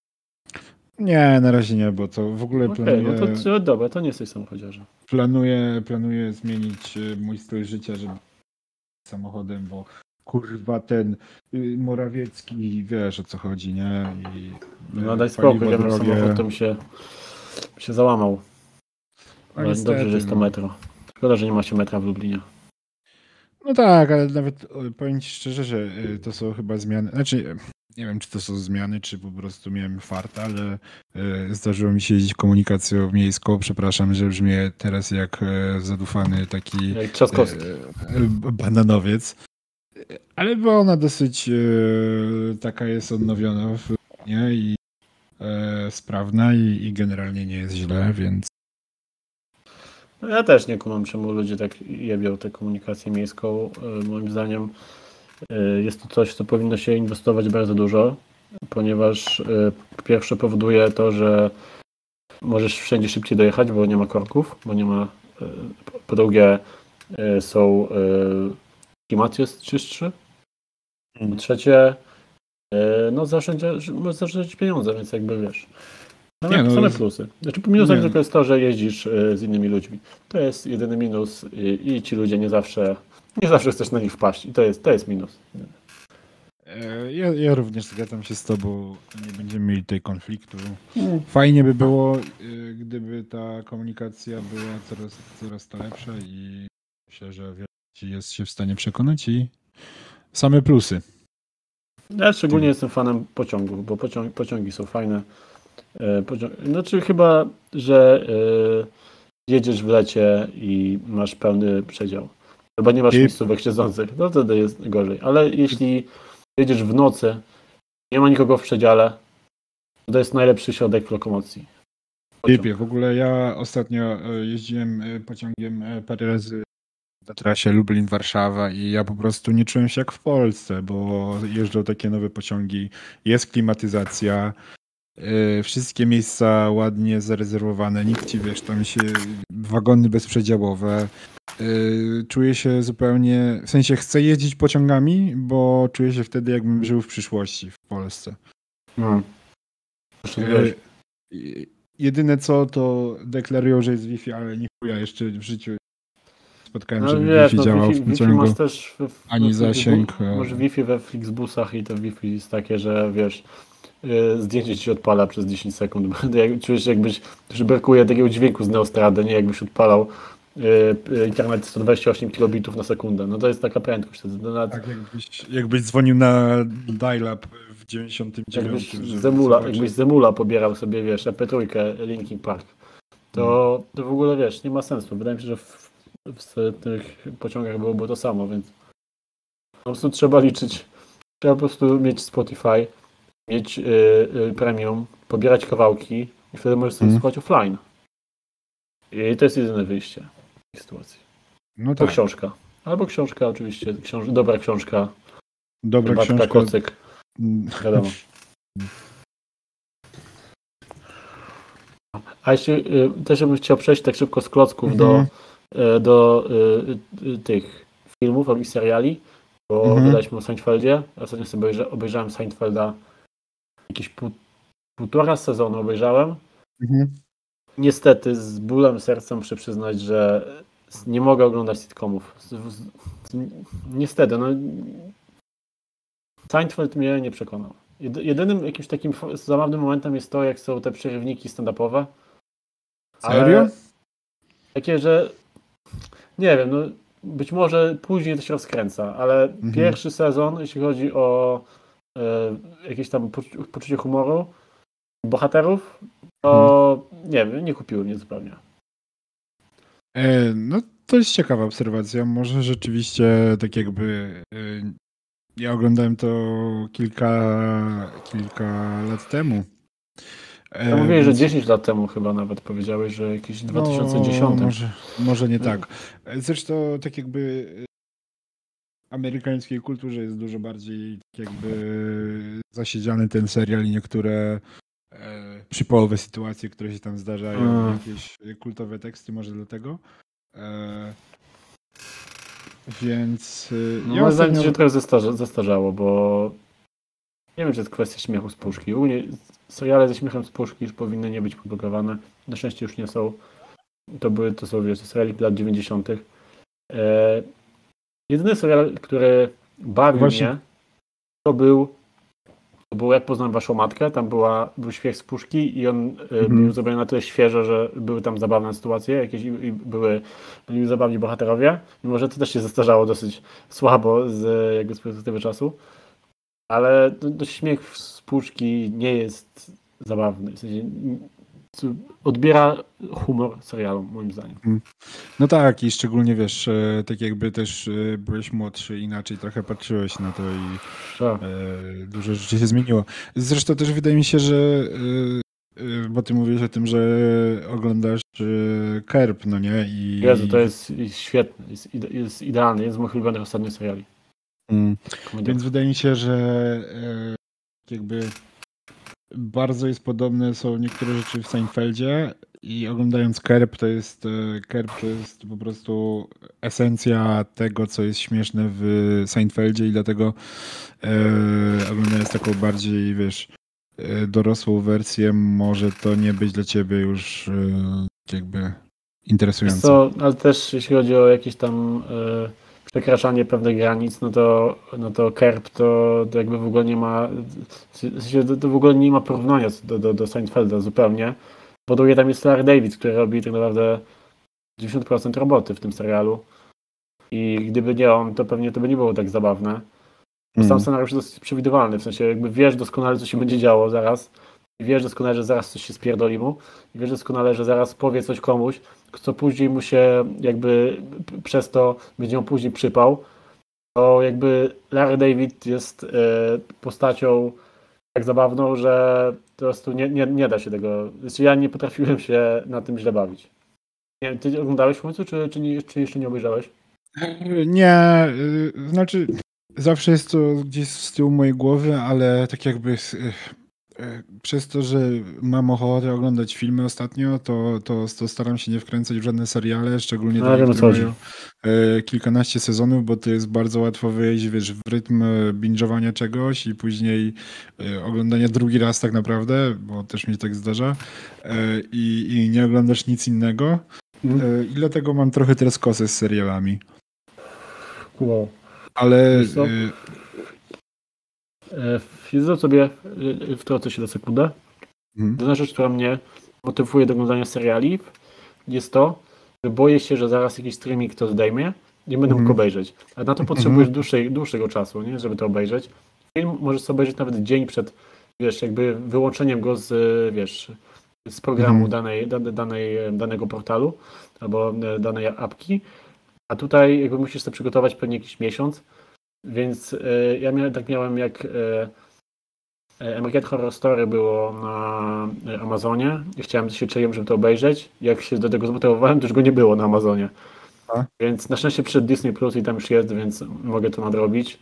Nie, na razie nie, bo to w ogóle Okej, no to dobra, to nie jesteś samochodziarzem. planuję zmienić mój styl życia, żeby samochodem, bo kurwa ten Morawiecki, wiesz o co chodzi, nie? I No daj spokój, paliwo ja bym drogie. samochód to mi się załamał. A Ale niestety, dobrze, że jest to no. metro. Szkoda, że nie ma się metra w Lublinie. No tak, ale nawet powiem ci szczerze, że to są chyba zmiany, znaczy nie wiem, czy to są zmiany, czy po prostu miałem fart, ale zdarzyło mi się jeździć komunikacją miejską, przepraszam, że brzmię teraz jak zadufany taki Jak Trzaskowski. bananowiec, ale była ona dosyć taka jest odnowiona nie? I sprawna i generalnie nie jest źle, więc No ja też nie kumam, czemu ludzie tak jebią tę komunikację miejską. Moim zdaniem jest to coś, w co powinno się inwestować bardzo dużo, ponieważ po pierwsze powoduje to, że możesz wszędzie szybciej dojechać, bo nie ma korków, bo nie ma... Po drugie są klimat jest czystszy. Po trzecie no możesz zaoszczędzić pieniądze, więc jakby wiesz. Same plusy. Znaczy minusem tylko jest to, że jeździsz z innymi ludźmi. To jest jedyny minus i ci ludzie nie zawsze chcesz na nich wpaść i to jest minus. Ja również zgadzam się z tobą, nie będziemy mieli tutaj konfliktu. Fajnie by było, gdyby ta komunikacja była coraz to lepsza i myślę, że wiele ludzi jest się w stanie przekonać i same plusy. Ja szczególnie jestem fanem pociągów, bo pociągi są fajne. Znaczy chyba, że jedziesz w lecie i masz pełny przedział. Chyba nie masz miejscówek siedzących, no wtedy jest gorzej. Ale jeśli jedziesz w nocy, nie ma nikogo w przedziale, to jest najlepszy środek lokomocji. Typie, w ogóle ja ostatnio jeździłem pociągiem parę razy na trasie Lublin-Warszawa i ja po prostu nie czułem się jak w Polsce, bo jeżdżą takie nowe pociągi, jest klimatyzacja, wszystkie miejsca ładnie zarezerwowane, nikt ci, wiesz, tam się wagony bezprzedziałowe. Czuję się zupełnie, w sensie chcę jeździć pociągami, bo czuję się wtedy, jakbym żył w przyszłości w Polsce. Jedyne co, to deklarują, że jest Wi-Fi, ale nie chuja, jeszcze w życiu spotkałem, żeby Wi-Fi działał w pociągu. Masz też ani zasięg. Może Wi-Fi we Flixbusach i to Wi-Fi jest takie, że wiesz, zdjęcie ci się odpala przez 10 sekund. Czujesz, jakbyś, że brakuje takiego dźwięku z Neostrady, nie? Jakbyś odpalał internet 128 kilobitów na sekundę. No to jest taka prędkość. Tak, jakbyś dzwonił na dial-up w 99. Jakbyś z Emula pobierał sobie, wiesz, EP3 Linkin Park, to w ogóle, wiesz, nie ma sensu. Wydaje mi się, że w tych pociągach byłoby to samo, więc po prostu trzeba liczyć. Trzeba po prostu mieć Spotify, mieć premium, pobierać kawałki i wtedy możesz sobie słuchać offline. I to jest jedyne wyjście w tej sytuacji. No to tak. książka. Albo książka oczywiście. Dobra książka. Dobra książka. Kocyk. Wiadomo. A jeszcze też bym chciał przejść tak szybko z klocków do tych filmów i seriali, bo gadaliśmy o Seinfeldzie. Ostatnio sobie obejrzałem Seinfelda jakieś półtora sezonu obejrzałem. Niestety z bólem serca muszę przyznać, że nie mogę oglądać sitcomów. Niestety, no Seinfeld mnie nie przekonał. Jedynym jakimś takim zabawnym momentem jest to, jak są te przerywniki stand-upowe. Serio? Takie, że nie wiem, no być może później to się rozkręca, ale pierwszy sezon, jeśli chodzi o jakieś tam poczucie humoru bohaterów, to nie wiem, nie kupiły mnie zupełnie. No to jest ciekawa obserwacja. Może rzeczywiście tak jakby ja oglądałem to kilka lat temu. Ja mówiłeś, że 10 lat temu chyba nawet powiedziałeś, że jakieś 2010. Może nie tak. Zresztą tak jakby w amerykańskiej kulturze jest dużo bardziej tak jakby zasiedziany ten serial i niektóre przypolowe sytuacje, które się tam zdarzają, jakieś kultowe teksty, może dlatego. Więc ja zdaje się, że trochę zestarzało, bo nie wiem, czy to jest kwestia śmiechu z puszki. Ogólnie seriale ze śmiechem z puszki już powinny nie być publikowane. Na szczęście już nie są. To są, wiesz, seriali lat 90. Jedyny serial, który bawił mnie, to był Jak poznałem waszą matkę. Tam był śmiech z puszki i on był zrobiony na tyle świeżo, że były tam zabawne sytuacje jakieś i byli zabawni bohaterowie. Mimo że to też się zestarzało dosyć słabo z perspektywy czasu. Ale śmiech z puszki nie jest zabawny. W sensie, odbiera humor serialu, moim zdaniem. No tak, i szczególnie wiesz, tak jakby też byłeś młodszy, inaczej trochę patrzyłeś na to i dużo rzeczy się zmieniło. Zresztą też wydaje mi się, że bo ty mówisz o tym, że oglądasz Kerb, no nie? Jezu, to jest świetne, jest idealny, jest z moich ulubionych ostatnich seriali. Więc wydaje mi się, że jakby bardzo jest podobne są niektóre rzeczy w Seinfeldzie i oglądając Kerb to jest po prostu esencja tego, co jest śmieszne w Seinfeldzie i dlatego oglądając taką bardziej, wiesz, dorosłą wersję może to nie być dla ciebie już jakby interesujące. Ale też jeśli chodzi o jakieś tam przekraczanie pewnych granic, no to Kerb to jakby w ogóle nie ma, to w ogóle nie ma porównania do Seinfelda zupełnie. Po drugie tam jest Larry David, który robi tak naprawdę 90% roboty w tym serialu i gdyby nie on, to pewnie to by nie było tak zabawne. Sam scenariusz jest dosyć przewidywalny, w sensie jakby wiesz doskonale, co się będzie działo zaraz i wiesz doskonale, że zaraz coś się spierdoli mu i wiesz doskonale, że zaraz powie coś komuś, co później mu się jakby przez to będzie miał później przypał, to jakby Larry David jest postacią tak zabawną, że po prostu nie da się tego, znaczy ja nie potrafiłem się na tym źle bawić. Nie wiem, ty oglądałeś w końcu, czy jeszcze nie obejrzałeś? Nie, znaczy zawsze jest to gdzieś z tyłu mojej głowy, ale tak jakby przez to, że mam ochotę oglądać filmy ostatnio, to staram się nie wkręcać w żadne seriale, szczególnie takie, które mają kilkanaście sezonów, bo to jest bardzo łatwo wejść, wiesz, w rytm binge'owania czegoś i później oglądania drugi raz tak naprawdę, bo też mi się tak zdarza i nie oglądasz nic innego. I dlatego mam trochę teraz kosę z serialami. Wow. Ale Widzę sobie wtrącę się na sekundę. Mhm. Jedna rzecz, która mnie motywuje do oglądania seriali, jest to, że boję się, że zaraz jakiś streaming to zdejmie i będę mógł obejrzeć. A na to potrzebujesz dłuższego czasu, nie? Żeby to obejrzeć. Film możesz sobie obejrzeć nawet dzień przed, wiesz, jakby wyłączeniem go z, wiesz, z programu danego portalu albo danej apki. A tutaj jakby musisz sobie przygotować pewnie jakiś miesiąc. Więc ja miałem jak American Horror Story było na Amazonie i chciałem się czułem, żeby to obejrzeć. Jak się do tego zmotywowałem, to już go nie było na Amazonie. A? Więc na szczęście przyszedł Disney Plus i tam już jest, więc mogę to nadrobić.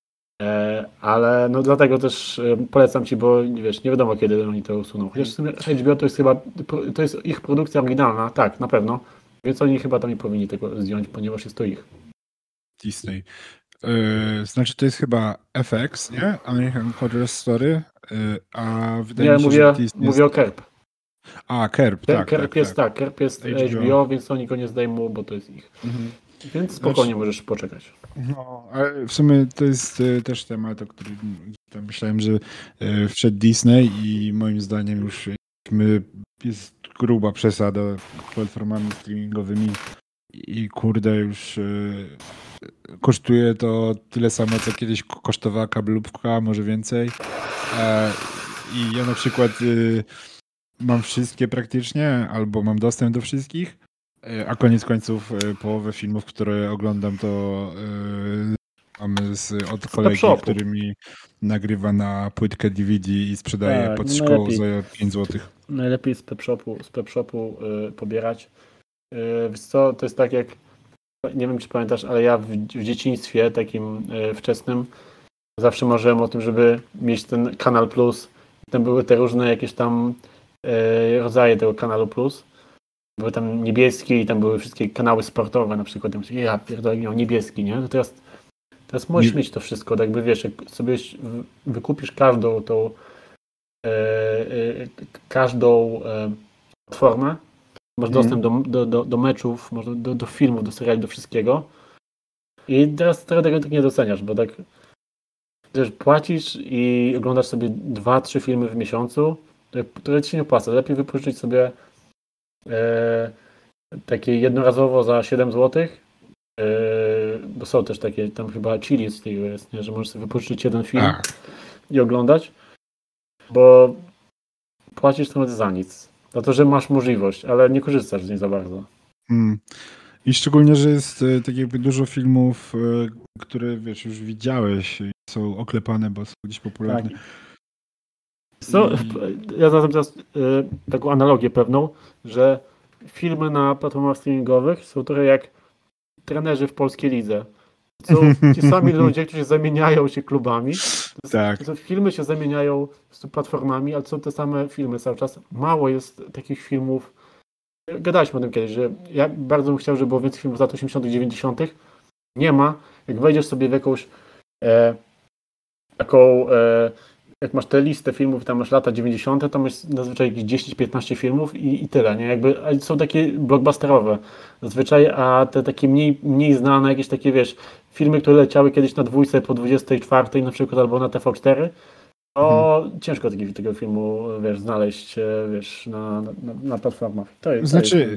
Ale no dlatego też polecam Ci, bo wiesz, nie wiadomo kiedy oni to usuną. Chociaż w sumie HBO to jest chyba, to jest ich produkcja oryginalna, tak, na pewno. Więc oni chyba tam nie powinni tego zdjąć, ponieważ jest to ich. Disney. Znaczy to jest chyba FX, nie? American Horror Story, a wydaje Nie, mi się, że Disney mówię jest... o Kerb. A, Kerb, tak, Kerb jest HBO, więc oni go nie zdejmą, bo to jest ich. Więc spokojnie możesz poczekać. No, ale w sumie to jest też temat, o którym tam myślałem, że wszedł Disney i moim zdaniem już jest gruba przesada platformami streamingowymi i kurde już kosztuje to tyle samo, co kiedyś kosztowała kablówka, może więcej. I ja na przykład mam wszystkie praktycznie, albo mam dostęp do wszystkich, a koniec końców połowę filmów, które oglądam, to mamy od kolegi, który mi nagrywa na płytkę DVD i sprzedaje Tak, pod no szkołą za 5 zł. Najlepiej z Pep Shopu pobierać. Wiesz co, to jest tak jak, nie wiem czy pamiętasz, ale ja w dzieciństwie takim wczesnym zawsze marzyłem o tym, żeby mieć ten Kanal Plus. Tam były te różne jakieś tam rodzaje tego Kanalu Plus. Były tam niebieskie i tam były wszystkie kanały sportowe na przykład. Ja pierdolę, miał niebieski, nie? To teraz możesz mieć to wszystko, tak jakby wiesz, jak sobie wykupisz każdą tą platformę, masz dostęp do meczów, do filmów, do seriali, do wszystkiego. I teraz tego tak nie doceniasz, bo tak wiesz, płacisz i oglądasz sobie 2-3 filmy w miesiącu, które ci się nie opłaca. Lepiej wypożyczyć sobie takie jednorazowo za 7 zł, bo są też takie, tam chyba Chili z tego jest, nie? Że możesz sobie wypożyczyć jeden film i oglądać, bo płacisz nawet za nic. Za to, że masz możliwość, ale nie korzystasz z niej za bardzo. I szczególnie, że jest tak jakby dużo filmów, które wiesz, już widziałeś i są oklepane, bo są gdzieś popularne. Tak. Ja zatem teraz taką analogię pewną, że filmy na platformach streamingowych są trochę jak trenerzy w polskiej lidze. Są ci sami ludzie, którzy zamieniają się klubami. Tak. Filmy się zamieniają z platformami, ale są te same filmy cały czas. Mało jest takich filmów. Gadaliśmy o tym kiedyś, że ja bardzo bym chciał, żeby było więcej filmów z lat 80., 90. Nie ma. Jak wejdziesz sobie w jakąś taką, jak masz tę listę filmów, tam masz lata 90., to masz zazwyczaj jakieś 10-15 filmów i tyle, nie? Jakby są takie blockbusterowe zazwyczaj, a te takie mniej znane, jakieś takie, wiesz, filmy, które leciały kiedyś na dwójce po 24 na przykład, albo na TV4, to ciężko takiego filmu, wiesz, znaleźć, wiesz, na platformach. To jest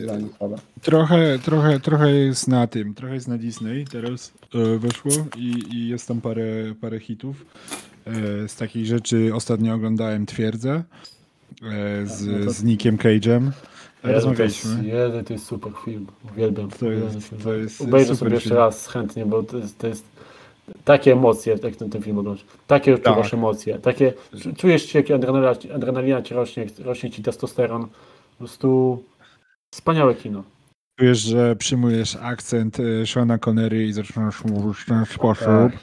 trochę jest na tym, trochę jest na Disney teraz weszło i jest tam parę hitów. Z takich rzeczy ostatnio oglądałem Twierdzę z Nickiem Cage'em. Rozmawialiśmy. To jest super film. Uwielbiam. Obejrzę sobie jeszcze raz chętnie, bo to jest takie emocje, jak ten film oglądasz. Takie odczuwasz emocje. Czujesz się, jak adrenalina ci rośnie ci testosteron. Po prostu wspaniałe kino. Czujesz, że przyjmujesz akcent Seana Connery i zaczynasz mówić w ten sposób.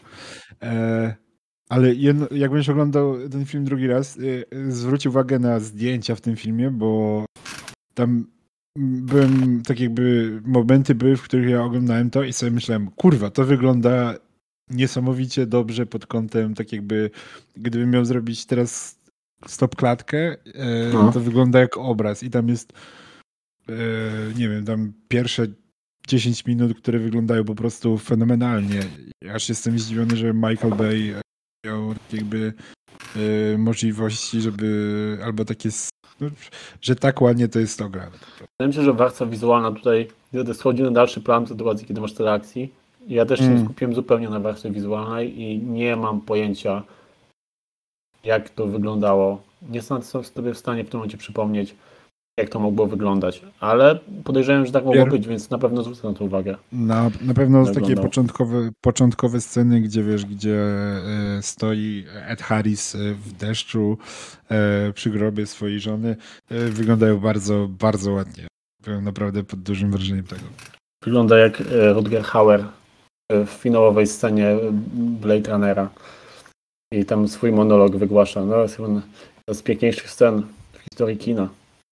Ale jak będziesz oglądał ten film drugi raz, zwróć uwagę na zdjęcia w tym filmie, bo tam tak jakby momenty były, w których ja oglądałem to i sobie myślałem, kurwa, to wygląda niesamowicie dobrze pod kątem, tak jakby gdybym miał zrobić teraz stop klatkę, to wygląda jak obraz i tam jest nie wiem, tam pierwsze 10 minut, które wyglądają po prostu fenomenalnie. Aż jestem zdziwiony, że Michael Bay miał jakby możliwości, żeby albo takie, no, że tak ładnie to jest ograne. Wydaje mi się, że warstwa wizualna tutaj schodzi na dalszy plan w sytuacji, kiedy masz tyle akcji. Ja też się skupiłem zupełnie na warstwie wizualnej i nie mam pojęcia, jak to wyglądało. Nie jestem sobie w stanie w tym momencie przypomnieć, jak to mogło wyglądać, ale podejrzewam, że tak mogło być, więc na pewno zwrócę na to uwagę. Na pewno Wyglądał. takie początkowe sceny, gdzie wiesz, gdzie stoi Ed Harris w deszczu przy grobie swojej żony, wyglądają bardzo, bardzo ładnie. Byłem naprawdę pod dużym wrażeniem tego. Wygląda jak Rutger Hauer w finałowej scenie Blade Runnera i tam swój monolog wygłasza. No, jest jedna z piękniejszych scen w historii kina.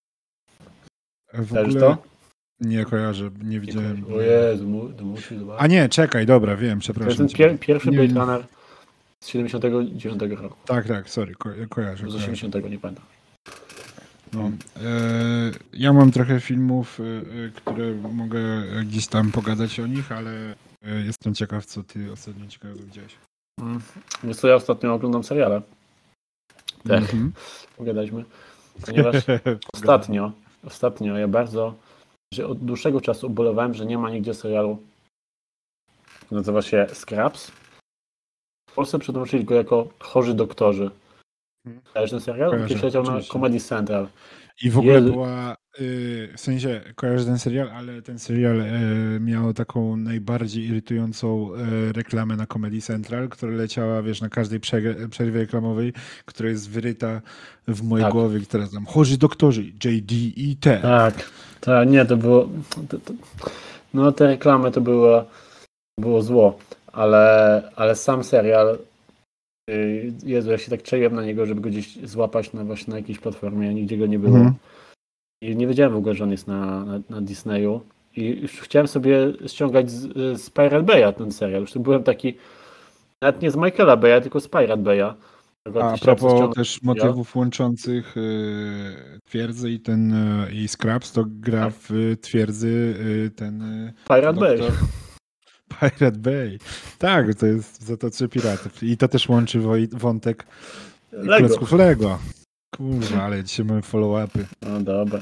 W ogóle to? nie kojarzę, nie widziałem. O Jezu, musisz zobaczyć. A nie, czekaj, dobra, wiem, To jest przepraszam. ten pierwszy Nie, Blade nie. Runner z 79 roku. Tak, sorry, kojarzę. Z 80 nie pamiętam. No. Ja mam trochę filmów, które mogę gdzieś tam pogadać o nich, ale jestem ciekaw, co ty ostatnio ciekawego widziałeś. Wiesz co, ja ostatnio oglądam seriale. Tak, Mhm. pogadaliśmy. Ponieważ ostatnio ja bardzo, że od dłuższego czasu ubolewałem, że nie ma nigdzie serialu. Nazywa się Scraps. W Polsce przetłumaczyli go jako Chorzy Doktorzy. Kojarzysz ten serial? Kojarzę, Kiedyś leciał na oczywiście. Comedy Central. I w ogóle Jezu. była, w sensie kojarzę ten serial, ale ten serial miał taką najbardziej irytującą reklamę na Comedy Central, która leciała, wiesz, na każdej przerwie reklamowej, która jest wyryta w mojej głowie, która tam chorzy doktorzy, JD&T. Tak, nie, to było... No te reklamy to było zło, ale sam serial, Jezu, ja się tak czaiłem na niego, żeby go gdzieś złapać właśnie na jakiejś platformie, a nigdzie go nie było. I nie wiedziałem w ogóle, że on jest na Disneyu. I już chciałem sobie ściągać z Pirate Bay'a ten serial. Już byłem taki, nawet nie z Michaela Bay'a, tylko z Pirate Bay'a. A propos też motywów łączących Twierdzę i Scraps, to gra w Twierdzy ten Pirate Bay. Pirate Bay. Tak, to jest w Zatoce Piratów. I to też łączy wątek klocków Lego. Kurwa, ale dzisiaj mamy follow-upy. No dobra.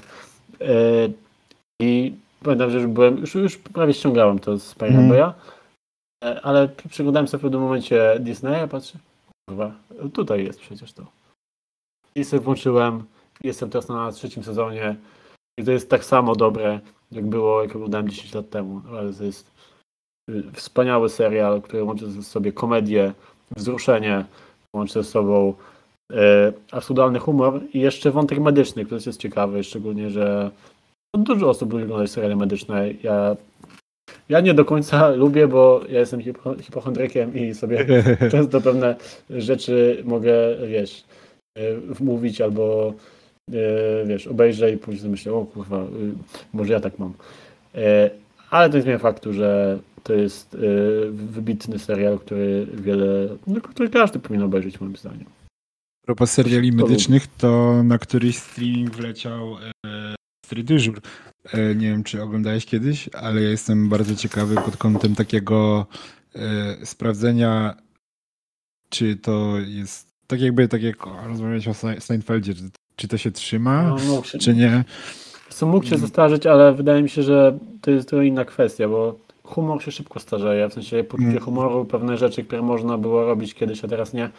I pamiętam, że już prawie ściągałem to z Pirate Bay'a, ale przeglądałem sobie w pewnym momencie Disneya, patrzę, kurwa, tutaj jest przecież to. I sobie włączyłem, jestem teraz na 3. sezonie i to jest tak samo dobre, jak było, jak oglądałem 10 lat temu. Ale to jest wspaniały serial, który łączy ze sobą komedię, wzruszenie, łączy ze sobą absurdalny humor i jeszcze wątek medyczny, który jest ciekawy, szczególnie, że dużo osób lubi oglądać seriale medyczne. Ja nie do końca lubię, bo ja jestem hipochondrykiem i sobie często pewne rzeczy mogę, wiesz, wmówić albo wiesz, obejrzę i później sobie myślę, o kurwa, może ja tak mam. Ale to nie zmienia faktu, że to jest wybitny serial, który każdy powinien obejrzeć, moim zdaniem. A propos seriali medycznych, to na któryś streaming wleciał Ostry Dyżur. Nie wiem, czy oglądałeś kiedyś, ale ja jestem bardzo ciekawy pod kątem takiego sprawdzenia, czy to jest tak jak rozmawiać o Seinfeldzie, czy to się trzyma, czy nie. Mógł się zestarzeć, ale wydaje mi się, że to jest trochę inna kwestia, bo humor się szybko starzeje, w sensie poczucie humoru, pewne rzeczy, które można było robić kiedyś, a teraz nie.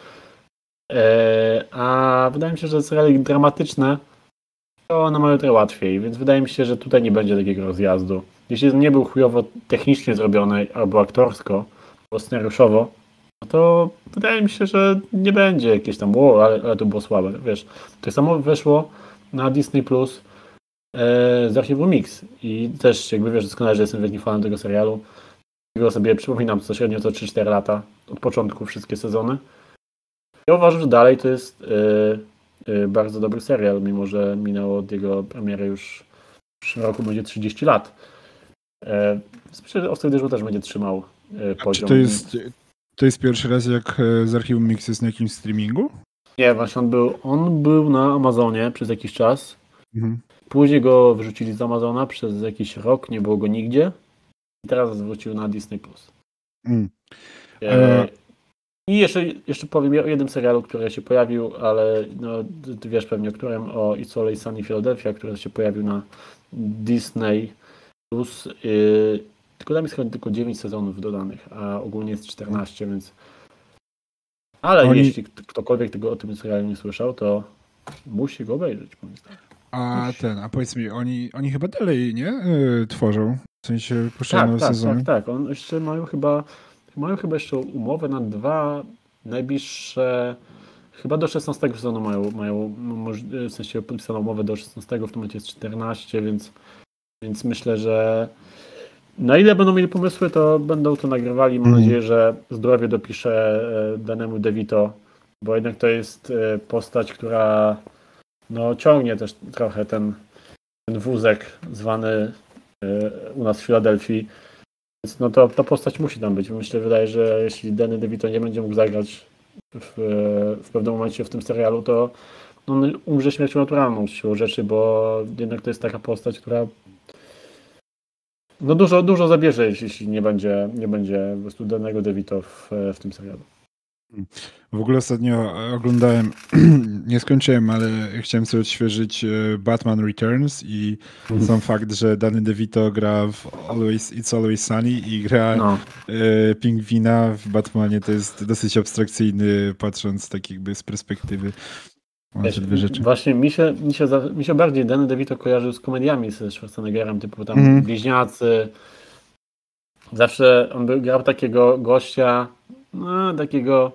A wydaje mi się, że seriale dramatyczne to one mają trochę łatwiej, więc wydaje mi się, że tutaj nie będzie takiego rozjazdu. Jeśli nie był chujowo technicznie zrobiony albo aktorsko, albo scenariuszowo, to wydaje mi się, że nie będzie jakieś tam ale to było słabe, wiesz. To samo weszło na Disney Plus z archiwum Mix i też jakby wiesz doskonale, że jestem wielkim fanem tego serialu. Go sobie przypominam co średnio co 3-4 lata, od początku wszystkie sezony. Ja uważam, że dalej to jest bardzo dobry serial, mimo że minęło od jego premiery już w przyszłym roku będzie 30 lat. Myślę, że Ostry Dyżur też będzie trzymał poziom. Czy to jest pierwszy raz, jak z archiwum Mix jest na jakimś streamingu? Nie, właśnie on był na Amazonie przez jakiś czas. Później go wyrzucili z Amazona przez jakiś rok, nie było go nigdzie. I teraz wrócił na Disney+. I jeszcze powiem o jednym serialu, który się pojawił, ale no, ty wiesz pewnie o którym, o It's Always Sunny in Philadelphia, który się pojawił na Disney Plus. Tylko tam jest chyba tylko 9 sezonów dodanych, a ogólnie jest 14, więc... Ale jeśli ktokolwiek o tym serialu nie słyszał, to musi go obejrzeć, moim zdaniem. A powiedz mi, oni chyba dalej, nie? Tworzą. W sensie puszczają nowe sezony. Tak. On jeszcze mają chyba jeszcze umowę na 2 najbliższe. Chyba do 16 sezonu mają w sensie podpisaną umowę do 16, w tym momencie jest 14, więc myślę, że na ile będą mieli pomysły, to będą to nagrywali. Mam nadzieję, że zdrowie dopisze danemu DeVito, bo jednak to jest postać, która no, ciągnie też trochę ten wózek zwany u nas w Filadelfii. Więc no to ta postać musi tam być. Myślę, wydaje, że jeśli Danny DeVito nie będzie mógł zagrać w pewnym momencie w tym serialu, to on umrze śmiercią naturalną siłą rzeczy, bo jednak to jest taka postać, która no dużo zabierze, jeśli nie będzie po prostu danego DeVito w tym serialu. W ogóle ostatnio oglądałem, nie skończyłem, ale chciałem sobie odświeżyć Batman Returns i sam fakt, że Danny DeVito gra w It's Always Sunny i gra Pingwina w Batmanie, to jest dosyć abstrakcyjny, patrząc tak jakby z perspektywy. Wiesz, dwie rzeczy. Właśnie mi się bardziej Danny DeVito kojarzył z komediami ze Schwarzeneggerem, typu tam Bliźniacy. Zawsze on grał takiego gościa, no, takiego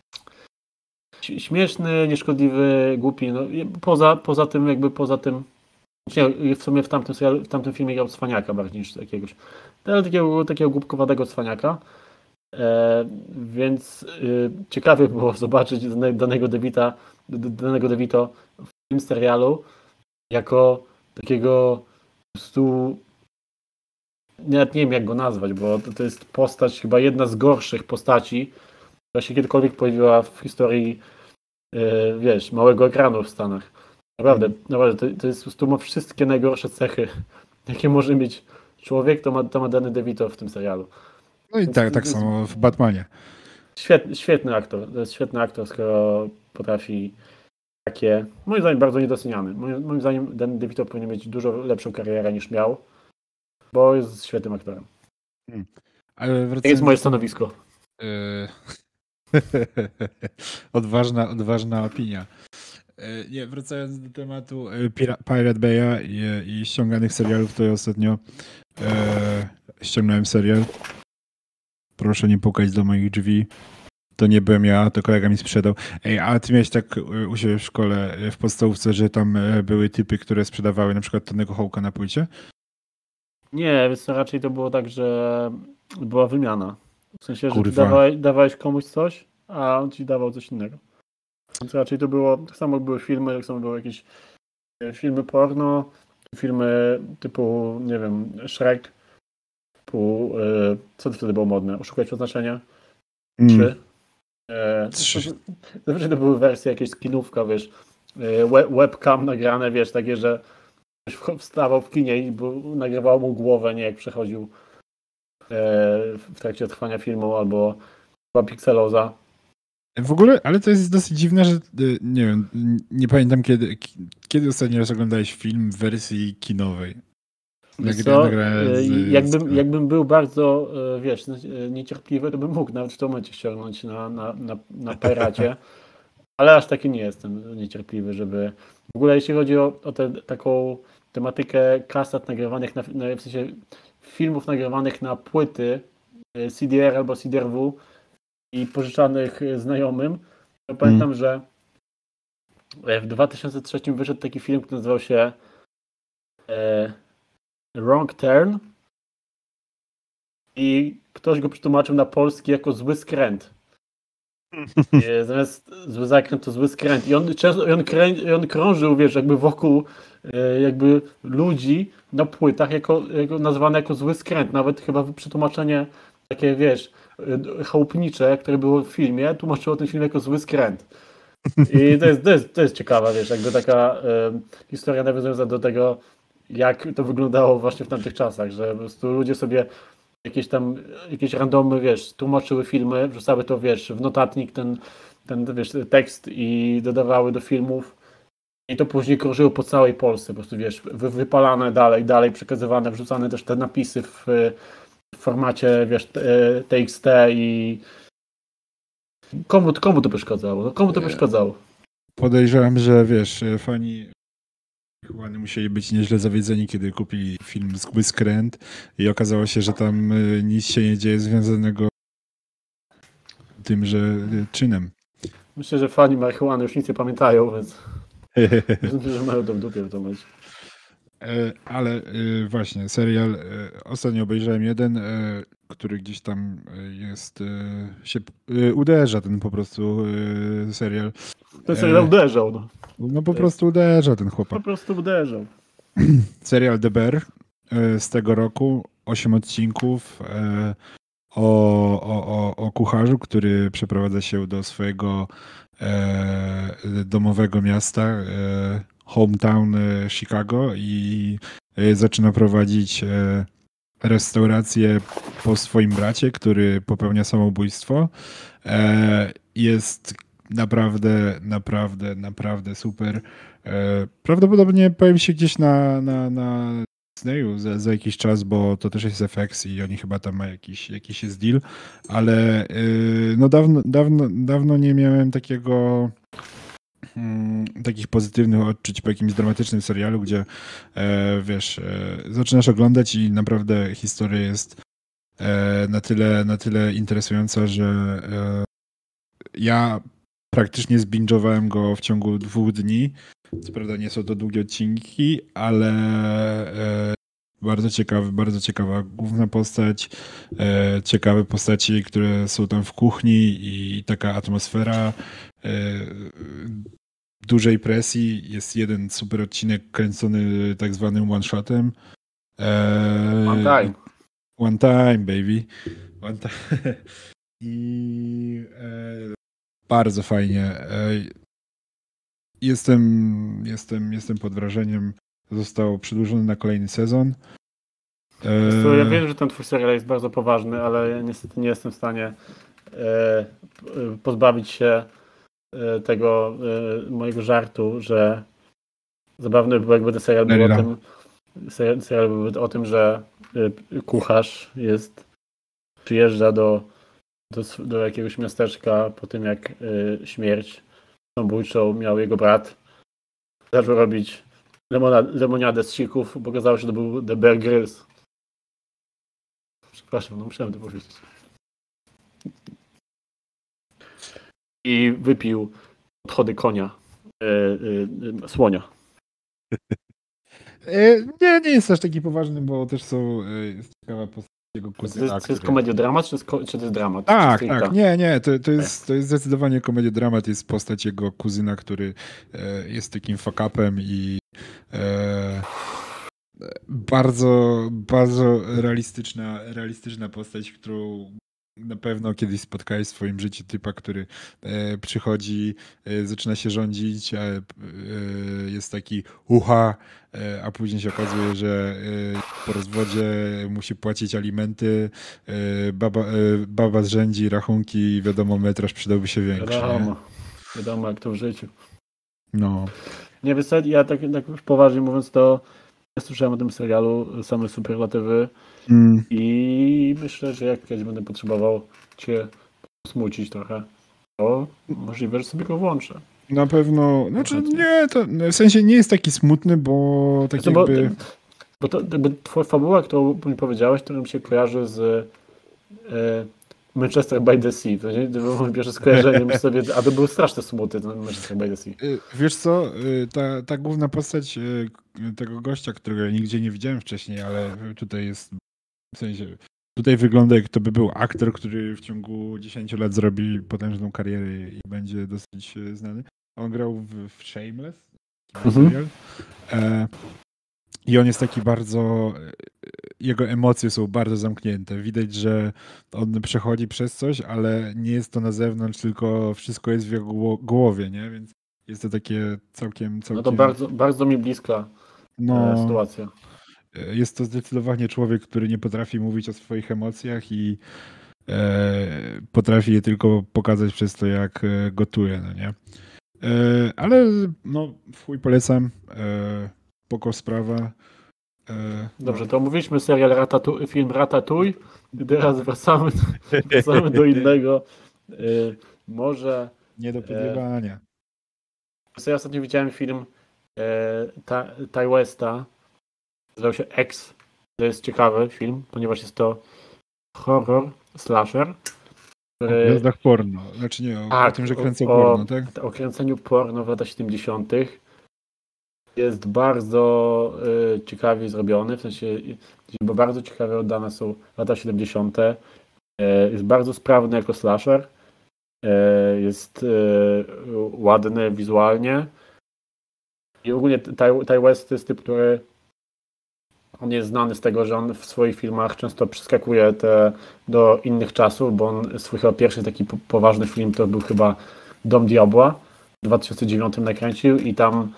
śmieszny, nieszkodliwy, głupi. No, poza tym, nie, w sumie w tamtym filmie grał cwaniaka bardziej niż jakiegoś, ale takiego głupkowatego cwaniaka. Więc ciekawie było zobaczyć danego DeVito w tym serialu jako takiego po prostu, nawet nie wiem jak go nazwać, bo to jest postać, chyba jedna z gorszych postaci, która się kiedykolwiek pojawiła w historii wiesz, małego ekranu w Stanach. Naprawdę to jest po prostu ma wszystkie najgorsze cechy, jakie może mieć człowiek, to ma Danny DeVito w tym serialu. No i tak samo w Batmanie. Świetny aktor. To jest świetny aktor, skoro potrafi takie, moim zdaniem bardzo niedoceniany. Moim zdaniem Danny DeVito powinien mieć dużo lepszą karierę niż miał, bo jest świetnym aktorem. Ale to jest moje stanowisko. Odważna opinia. Nie, wracając do tematu Pirate Bay'a i ściąganych serialów, to ja ostatnio ściągnąłem serial. Proszę nie pukać do moich drzwi. To nie byłem ja, to kolega mi sprzedał. Ej, a ty miałeś tak u siebie w szkole, w podstawówce, że tam były typy, które sprzedawały na przykład Tonego Hawka na płycie? Nie, więc to raczej to było tak, że była wymiana. W sensie, że dawałeś komuś coś, a on ci dawał coś innego. Więc raczej to było, tak samo były filmy, tak samo były jakieś filmy porno, filmy typu, nie wiem, Shrek, typu, co wtedy było modne? Oszukać oznaczenia? 3. Zawsze to były wersje jakieś skinówka, wiesz, webcam nagrane, wiesz, takie, że ktoś wstawał w kinie i nagrywało mu głowę, nie jak przechodził w trakcie trwania filmu, albo była pikseloza. W ogóle, ale to jest dosyć dziwne, że nie wiem, nie pamiętam kiedy ostatnio raz oglądałeś film w wersji kinowej. Jakbym był bardzo, wiesz, niecierpliwy, to bym mógł nawet w tym momencie ściągnąć na piracie, ale aż taki nie jestem niecierpliwy, żeby... W ogóle jeśli chodzi o taką tematykę kaset nagrywanych, w sensie filmów nagrywanych na płyty CDR albo CDR-W i pożyczanych znajomym, to pamiętam, że w 2003 wyszedł taki film, który nazywał się Wrong Turn i ktoś go przetłumaczył na polski jako zły skręt. Zamiast zły zakręt to zły skręt. I on krążył, wiesz, jakby wokół jakby ludzi na płytach jako nazwane jako zły skręt. Nawet chyba przetłumaczenie takie, wiesz, chałupnicze, które było w filmie, tłumaczyło ten film jako zły skręt. I to jest ciekawa, wiesz, jakby taka historia nawiązuje do tego, jak to wyglądało właśnie w tamtych czasach, że po prostu ludzie sobie jakieś randomy, wiesz, tłumaczyły filmy, wrzucały to, wiesz, w notatnik ten wiesz, tekst i dodawały do filmów. I to później krążyło po całej Polsce, po prostu, wiesz, wypalane dalej przekazywane, wrzucane też te napisy w formacie, wiesz, TXT i komu to przeszkadzało? No, komu to przeszkadzało? Podejrzewam, że wiesz, fani Marihuany musieli być nieźle zawiedzeni, kiedy kupili film z Whiskrant i okazało się, że tam nic się nie dzieje związanego z tymże czynem. Myślę, że fani marihuany już nic nie pamiętają, więc myślę, że mają to w dupie w tym momencie. Ale właśnie, serial ostatnio obejrzałem jeden, który gdzieś tam jest, się uderza ten po prostu serial. Ten serial uderzał, no. No po prostu uderza ten Po chłopak. prostu uderzał. Serial The Bear z tego roku, 8 odcinków o kucharzu, który przeprowadza się do swojego domowego miasta, hometown Chicago i zaczyna prowadzić restaurację po swoim bracie, który popełnia samobójstwo. Jest naprawdę super. Prawdopodobnie pojawi się gdzieś na Disneyu za jakiś czas, bo to też jest FX i oni chyba tam ma jakiś jest deal, ale no dawno nie miałem takich pozytywnych odczuć po jakimś dramatycznym serialu, gdzie wiesz, zaczynasz oglądać i naprawdę historia jest na tyle interesująca, że ja praktycznie zbinge'owałem go w ciągu 2 dni. Co prawda nie są to długie odcinki, ale bardzo ciekawa główna postać, ciekawe postaci, które są tam w kuchni i taka atmosfera dużej presji. Jest jeden super odcinek kręcony tak zwanym one-shotem. One time. One time, baby. One time. I bardzo fajnie. Jestem pod wrażeniem. Został przedłużony na kolejny sezon. Ja wiem, że ten twój serial jest bardzo poważny, ale ja niestety nie jestem w stanie pozbawić się tego mojego żartu, że zabawny był, jakby ten serial był o tym, o tym, że kucharz przyjeżdża do jakiegoś miasteczka po tym, jak śmierć samobójczą miał jego brat. Zaczął robić lemoniadę z sików, bo okazało się, że to był The Bear Grylls. Przepraszam, no musiałem to powiedzieć. I wypił odchody konia, słonia. Nie jest aż taki poważny, bo też jest ciekawa postać jego kuzyna. To jest komediodramat, czy to jest dramat? Tak. Nie. To jest zdecydowanie komediodramat. Jest postać jego kuzyna, który jest takim fuck-upem i bardzo realistyczna postać, którą na pewno kiedyś spotkałeś w swoim życiu, typa, który przychodzi, zaczyna się rządzić, jest taki a później się okazuje, że po rozwodzie musi płacić alimenty, baba zrzędzi rachunki, wiadomo, metraż przydałby się większy. Wiadomo jak to w życiu. No. Nie, wiesz co, ja tak już poważnie mówiąc, to ja słyszałem o tym serialu same superlatywy i myślę, że jak kiedyś będę potrzebował cię smucić trochę, to możliwe, że sobie go włączę. Na pewno, znaczy nie, to w sensie nie jest taki smutny, bo tak jakby... Bo to jakby twoja fabuła, którą mi powiedziałeś, to mi się kojarzy z Manchester by the Sea. To nie było pierwsze skojarzenie sobie, a to był straszny smutny ten Manchester by the Sea. Wiesz co, ta główna postać tego gościa, którego ja nigdzie nie widziałem wcześniej, ale tutaj jest, w sensie, tutaj wygląda jak to by był aktor, który w ciągu 10 lat zrobi potężną karierę i będzie dosyć znany. On grał w Shameless, serial. I on jest taki bardzo, jego emocje są bardzo zamknięte. Widać, że on przechodzi przez coś, ale nie jest to na zewnątrz, tylko wszystko jest w jego głowie, nie? Więc jest to takie całkiem... No to bardzo mi bliska sytuacja. jest to zdecydowanie człowiek, który nie potrafi mówić o swoich emocjach i potrafi je tylko pokazać przez to, jak gotuje, no nie? Ale no, w chuj polecam. Spoko sprawa. Dobrze, to omówiliśmy serial film Ratatouille. I teraz wracamy do innego. Może. Nie do podjebania. Ja ostatnio widziałem film Ty Westa. Nazywał się X. To jest ciekawy film, ponieważ jest to horror, slasher. O gwiazdach porno. Znaczy nie, o tym, że kręcą porno, tak? O kręceniu porno w latach 70. Jest bardzo ciekawie zrobiony, w sensie bo bardzo ciekawie oddane są lata 70. Jest bardzo sprawny jako slasher. Jest ładny wizualnie. I ogólnie Ty West to jest typ, który on jest znany z tego, że on w swoich filmach często przeskakuje do innych czasów, bo on swój chyba pierwszy taki poważny film to był chyba Dom Diabła w 2009 nakręcił i tam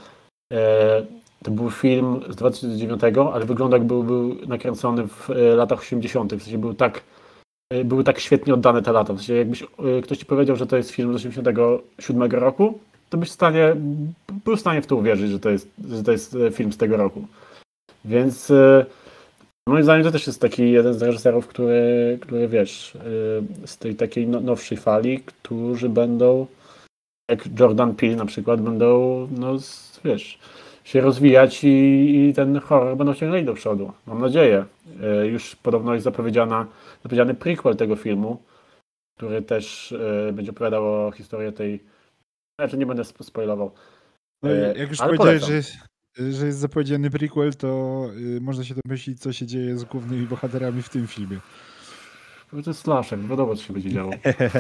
to był film z 2009, ale wygląda jakby był nakręcony w latach 80. W sensie były tak świetnie oddane te lata. W sensie jakbyś ktoś ci powiedział, że to jest film z 87 roku, to byś był w stanie w to uwierzyć, że to jest film z tego roku. Więc moim zdaniem to też jest taki jeden z reżyserów, który wiesz, z tej takiej nowszej fali, którzy będą, jak Jordan Peele na przykład, będą, wiesz, się rozwijać i ten horror będą ciągnęli do przodu. Mam nadzieję. Już podobno jest zapowiedziany prequel tego filmu, który też będzie opowiadał o historii tej. Znaczy nie będę spoilował. No, jak już powiedziałeś, że jest zapowiedziany prequel, to można się domyślić, co się dzieje z głównymi bohaterami w tym filmie. To jest slasher, wiadomo, co się będzie działo.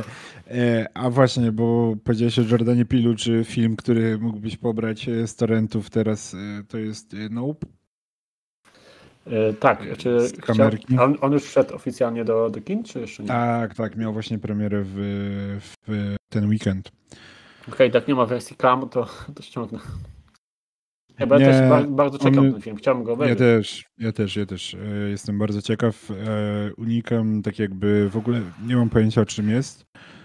A właśnie, bo powiedziałeś o Jordanie Peelu, czy film, który mógłbyś pobrać z torrentów teraz, to jest Nope? Tak, czy on już wszedł oficjalnie do kin, czy jeszcze nie? Tak, miał właśnie premierę w ten weekend. Okej, tak nie ma wersji cam, to ściągnę. Ja też bardzo czekam na ten film, chciałbym go obejrzeć. Ja też jestem bardzo ciekaw. Unikam tak jakby w ogóle nie mam pojęcia o czym jest,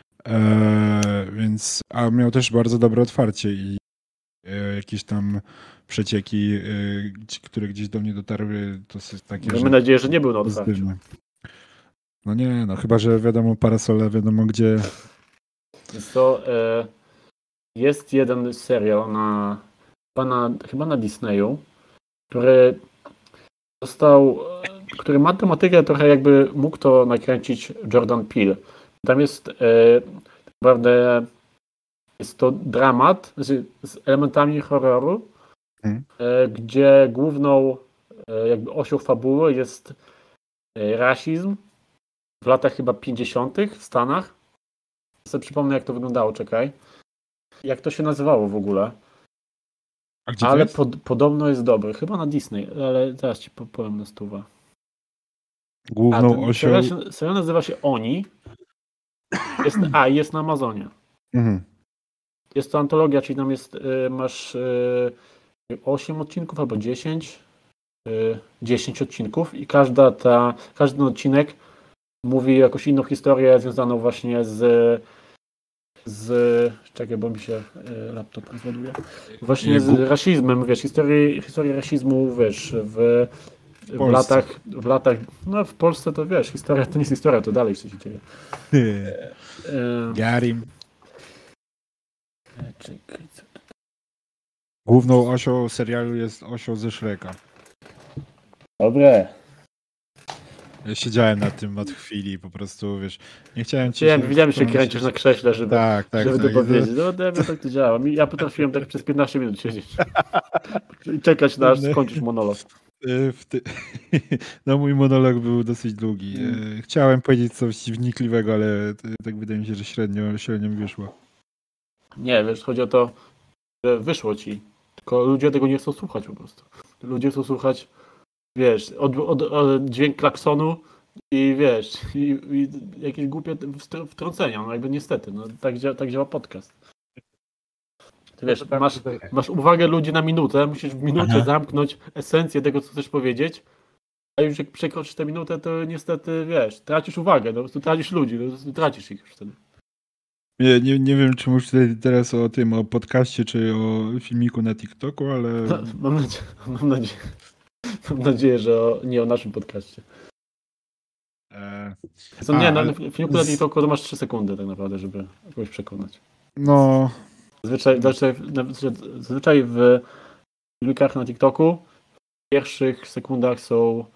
więc a miał też bardzo dobre otwarcie i jakieś tam przecieki, które gdzieś do mnie dotarły, to jest takie, Mamy nadzieję, że nie był na otwarciu. No nie, no chyba, że wiadomo parasole, wiadomo gdzie. Więc to jest jeden serial chyba na Disneyu, który ma tematykę trochę jakby mógł to nakręcić Jordan Peele. Tam jest naprawdę jest to dramat z elementami horroru, gdzie główną jakby osią fabuły jest rasizm w latach chyba 50. w Stanach. Ja sobie przypomnę, jak to wyglądało, czekaj. Jak to się nazywało w ogóle. Ale podobno jest dobry. Chyba na Disney, ale zaraz ci powiem na stówę. Główną osią... Serial nazywa się Oni. Jest na Amazonie. Jest to antologia, czyli tam masz 8 odcinków albo 10. 10 odcinków i każdy odcinek mówi jakąś inną historię związaną właśnie czekaj, bo mi się laptop rozładuje. Właśnie z rasizmem, wiesz, historię rasizmu, wiesz, w latach, no w Polsce to wiesz, historia to nie jest historia, to dalej się dzieje. Garim. Główną osią serialu jest osią ze Shreka. Dobre. Ja siedziałem na tym od chwili, po prostu, wiesz, nie chciałem ci... Widziałem, że się kręcisz na krześle, żeby to powiedzieć. No tak to działa. Ja potrafiłem tak przez 15 minut siedzieć i czekać, aż skończysz monolog. No mój monolog był dosyć długi. Chciałem powiedzieć coś wnikliwego, ale tak wydaje mi się, że średnio mi wyszło. Nie, wiesz, chodzi o to, że wyszło ci. Tylko ludzie tego nie chcą słuchać po prostu. Ludzie chcą słuchać, wiesz, dźwięk klaksonu i wiesz, i jakieś głupie wtrącenia. No jakby niestety, no tak działa podcast. Ty wiesz, masz uwagę ludzi na minutę, musisz w minucie zamknąć esencję tego, co chcesz powiedzieć A już jak przekroczysz tę minutę, to niestety, wiesz, tracisz uwagę, no, po prostu tracisz ludzi, no, po prostu tracisz ich już wtedy. Nie wiem, czy mówisz tutaj teraz o podcaście, czy o filmiku na TikToku, ale No, mam nadzieję, mam nadzieję, że nie o naszym podcaście. e, Nie, ale na filmiku na TikToku to masz 3 sekundy tak naprawdę, żeby kogoś przekonać. no, Zazwyczaj w filmikach na TikToku w pierwszych sekundach są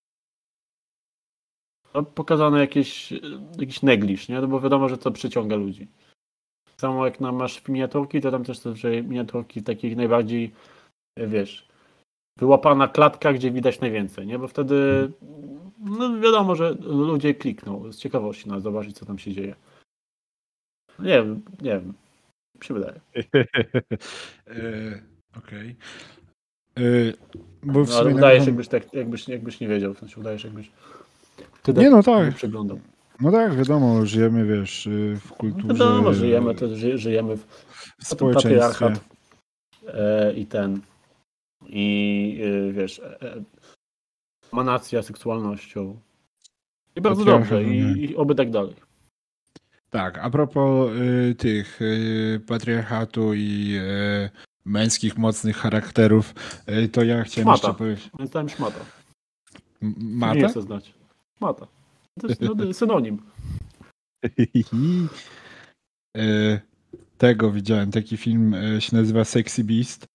pokazane jakiś negliż, nie? No bo wiadomo, że to przyciąga ludzi. Tak samo jak masz miniaturki, to tam też zazwyczaj miniaturki takich najbardziej, wiesz, wyłapana klatka, gdzie widać najwięcej, nie? Bo wtedy no wiadomo, że ludzie klikną z ciekawości na zobaczyć, co tam się dzieje. Nie wiem, mi się wydaje. okej. Bo w No, ale sumie udajesz, nagrywam... jakbyś nie wiedział, w sensie udajesz, jakbyś Nie, no nie tak. przeglądał. No tak, wiadomo, żyjemy, wiesz, w kulturze, Wiadomo, żyjemy w w ten społeczeństwie. patriarchat wiesz, emanacja seksualnością. I bardzo Patriarchat, dobrze, no nie. i oby tak dalej. Tak, a propos tych patriarchatu i męskich, mocnych charakterów, to ja chciałem jeszcze Szmata. powiedzieć... Więc tam szmata. Nie Mata? chcę znać. Szmata. To jest synonim. E, Tego widziałem, taki film się nazywa Sexy Beast.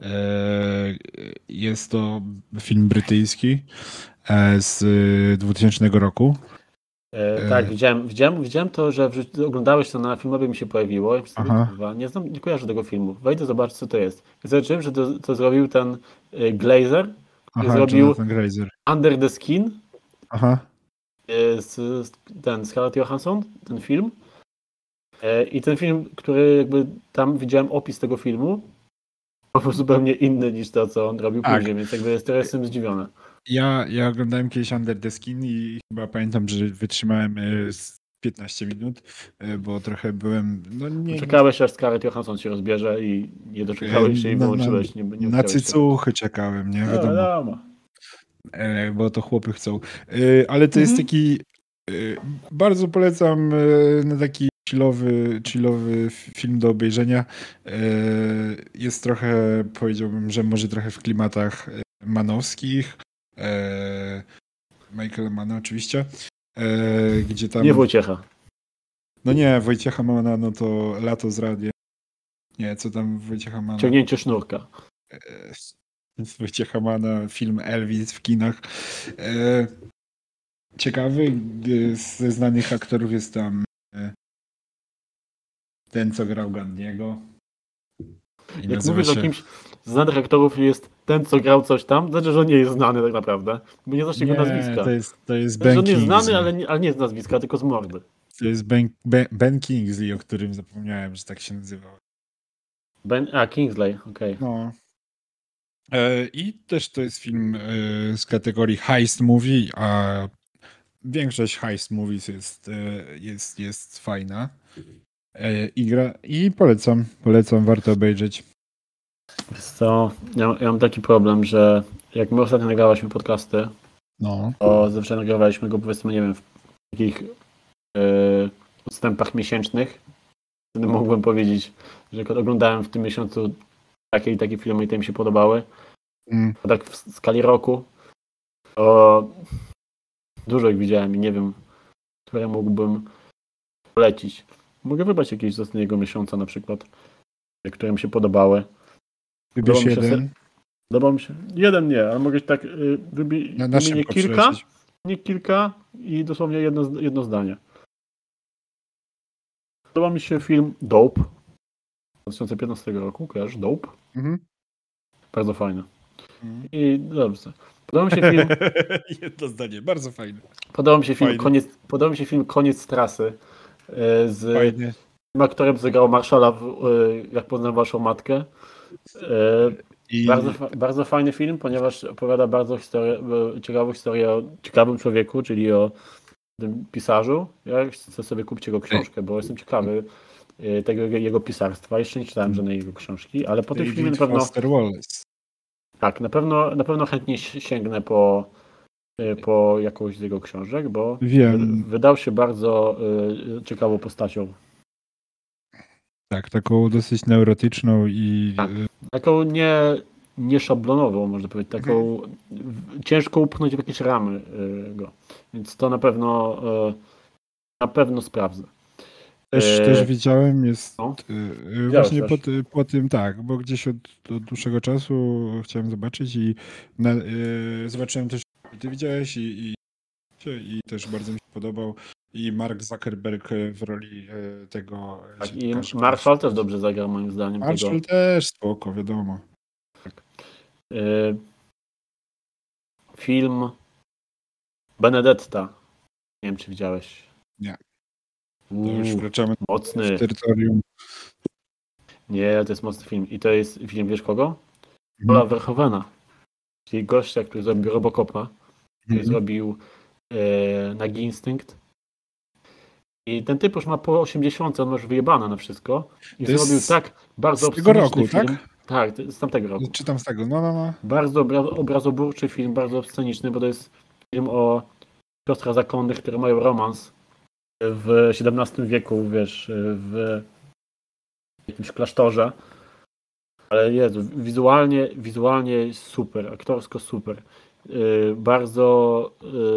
Jest to film brytyjski z 2000 roku. Tak, widziałem to, że oglądałeś to na filmowie, mi się pojawiło. Ja sobie, Aha. kurwa, nie kojarzę tego filmu. Wejdę zobaczyć, co to jest. Zobaczyłem, że to zrobił ten Glazer, który Aha, zrobił Jonathan Glazer. Under the Skin Aha. z Scarlett Johansson, ten film. I ten film, który jakby tam widziałem opis tego filmu, był zupełnie inny niż to, co on robił Tak. później, więc jakby teraz jestem zdziwiony. Ja oglądałem kiedyś Under the Skin i chyba pamiętam, że wytrzymałem z 15 minut, bo trochę byłem... No nie, Czekałeś, aż Scarlett Johansson się rozbierze i nie doczekałeś się i wyłączyłeś. Nie na chciałeś się. cycuchy czekałem, nie wiadomo. Wiadomo. Bo to chłopy chcą. Ale to jest taki... Bardzo polecam na taki chillowy film do obejrzenia. Jest trochę, powiedziałbym, że może trochę w klimatach manowskich. Michaela Manna oczywiście. Gdzie tam... Nie Wojciecha. No nie, Wojciecha Manna, no to Lato z radia. Nie, co tam Wojciecha Manna? Ciągnięcie sznurka. Z Wojciecha Manna, film Elvis w kinach. Ciekawy, ze znanych aktorów jest tam ten, co grał Gandiego. Jak mówisz o kimś z znanych aktorów jest ten, co grał coś tam, znaczy, że on nie jest znany tak naprawdę. Bo nie znasz jego nazwiska. To jest Znaczy, Ben on jest znany, Kingsley. ale nie z nazwiska, tylko z mordy. To jest Ben Kingsley, o którym zapomniałem, że tak się nazywał. Kingsley, okej. No. I też to jest film z kategorii heist movie, a większość heist movies jest fajna. I polecam, warto obejrzeć. Co, ja mam taki problem, że jak my ostatnio nagrywaliśmy podcasty, No. to zawsze nagrywaliśmy go, powiedzmy, nie wiem, w takich odstępach miesięcznych. Wtedy mógłbym powiedzieć, że oglądałem w tym miesiącu takie i takie filmy i te mi się podobały. A tak w skali roku to dużo ich widziałem i nie wiem, które mógłbym polecić. Mogę wybrać jakieś z ostatniego miesiąca na przykład, które mi się podobały. Wybierz jeden. Podoba mi się. Jeden nie, ale mogę tak Na szybko przelecieć. nie kilka i dosłownie jedno zdanie. Podoba mi się film Dope 2015 roku, kojarzysz? Dope? Mhm. Bardzo fajny. I dobrze. Podoba mi się film. Jedno zdanie, bardzo fajne. Podoba mi się film Koniec trasy z Fajnie. tym aktorem, co grał Marszala Jak poznałem waszą matkę. Bardzo fajny film, ponieważ opowiada bardzo ciekawą historię o ciekawym człowieku, czyli o tym pisarzu. Ja chcę sobie kupić jego książkę, bo jestem ciekawy tego jego pisarstwa. Jeszcze nie czytałem żadnej jego książki, ale po tym filmie na pewno... Foster Wallace. Tak, na pewno chętnie sięgnę po po jakąś z jego książek, bo Wiem. wydał się bardzo ciekawą postacią. Tak, taką dosyć neurotyczną i Tak. Taką nie szablonową, można powiedzieć, taką ciężko upchnąć w jakieś ramy go. Więc to na pewno sprawdzę. też widziałem, jest No. właśnie też. po tym, tak, bo gdzieś od dłuższego czasu chciałem zobaczyć i zobaczyłem też, ty widziałeś i też bardzo mi się podobał. I Mark Zuckerberg w roli tego... Tak, i Marshall też dobrze zagrał moim zdaniem. Marshall też spoko, wiadomo. Tak. Film Benedetta. Nie wiem, czy widziałeś. Nie. To już wkraczamy mocny. w terytorium. Nie, to jest mocny film. I to jest film, wiesz kogo? Paula Verhoevena. Czyli gościa, który zrobił Robocopa. Który zrobił Nagi Instynkt. I ten typ już ma po 80, on ma już wyjebane na wszystko. I to zrobił tak bardzo z tego roku, film. tak? Tak, z tamtego roku. Czytam z tego, no. Bardzo obrazoburczy film, bardzo sceniczny, bo to jest film o siostrach zakonnych, które mają romans w XVII wieku, wiesz, w jakimś klasztorze. Ale Jezu, wizualnie jest super, aktorsko super. Bardzo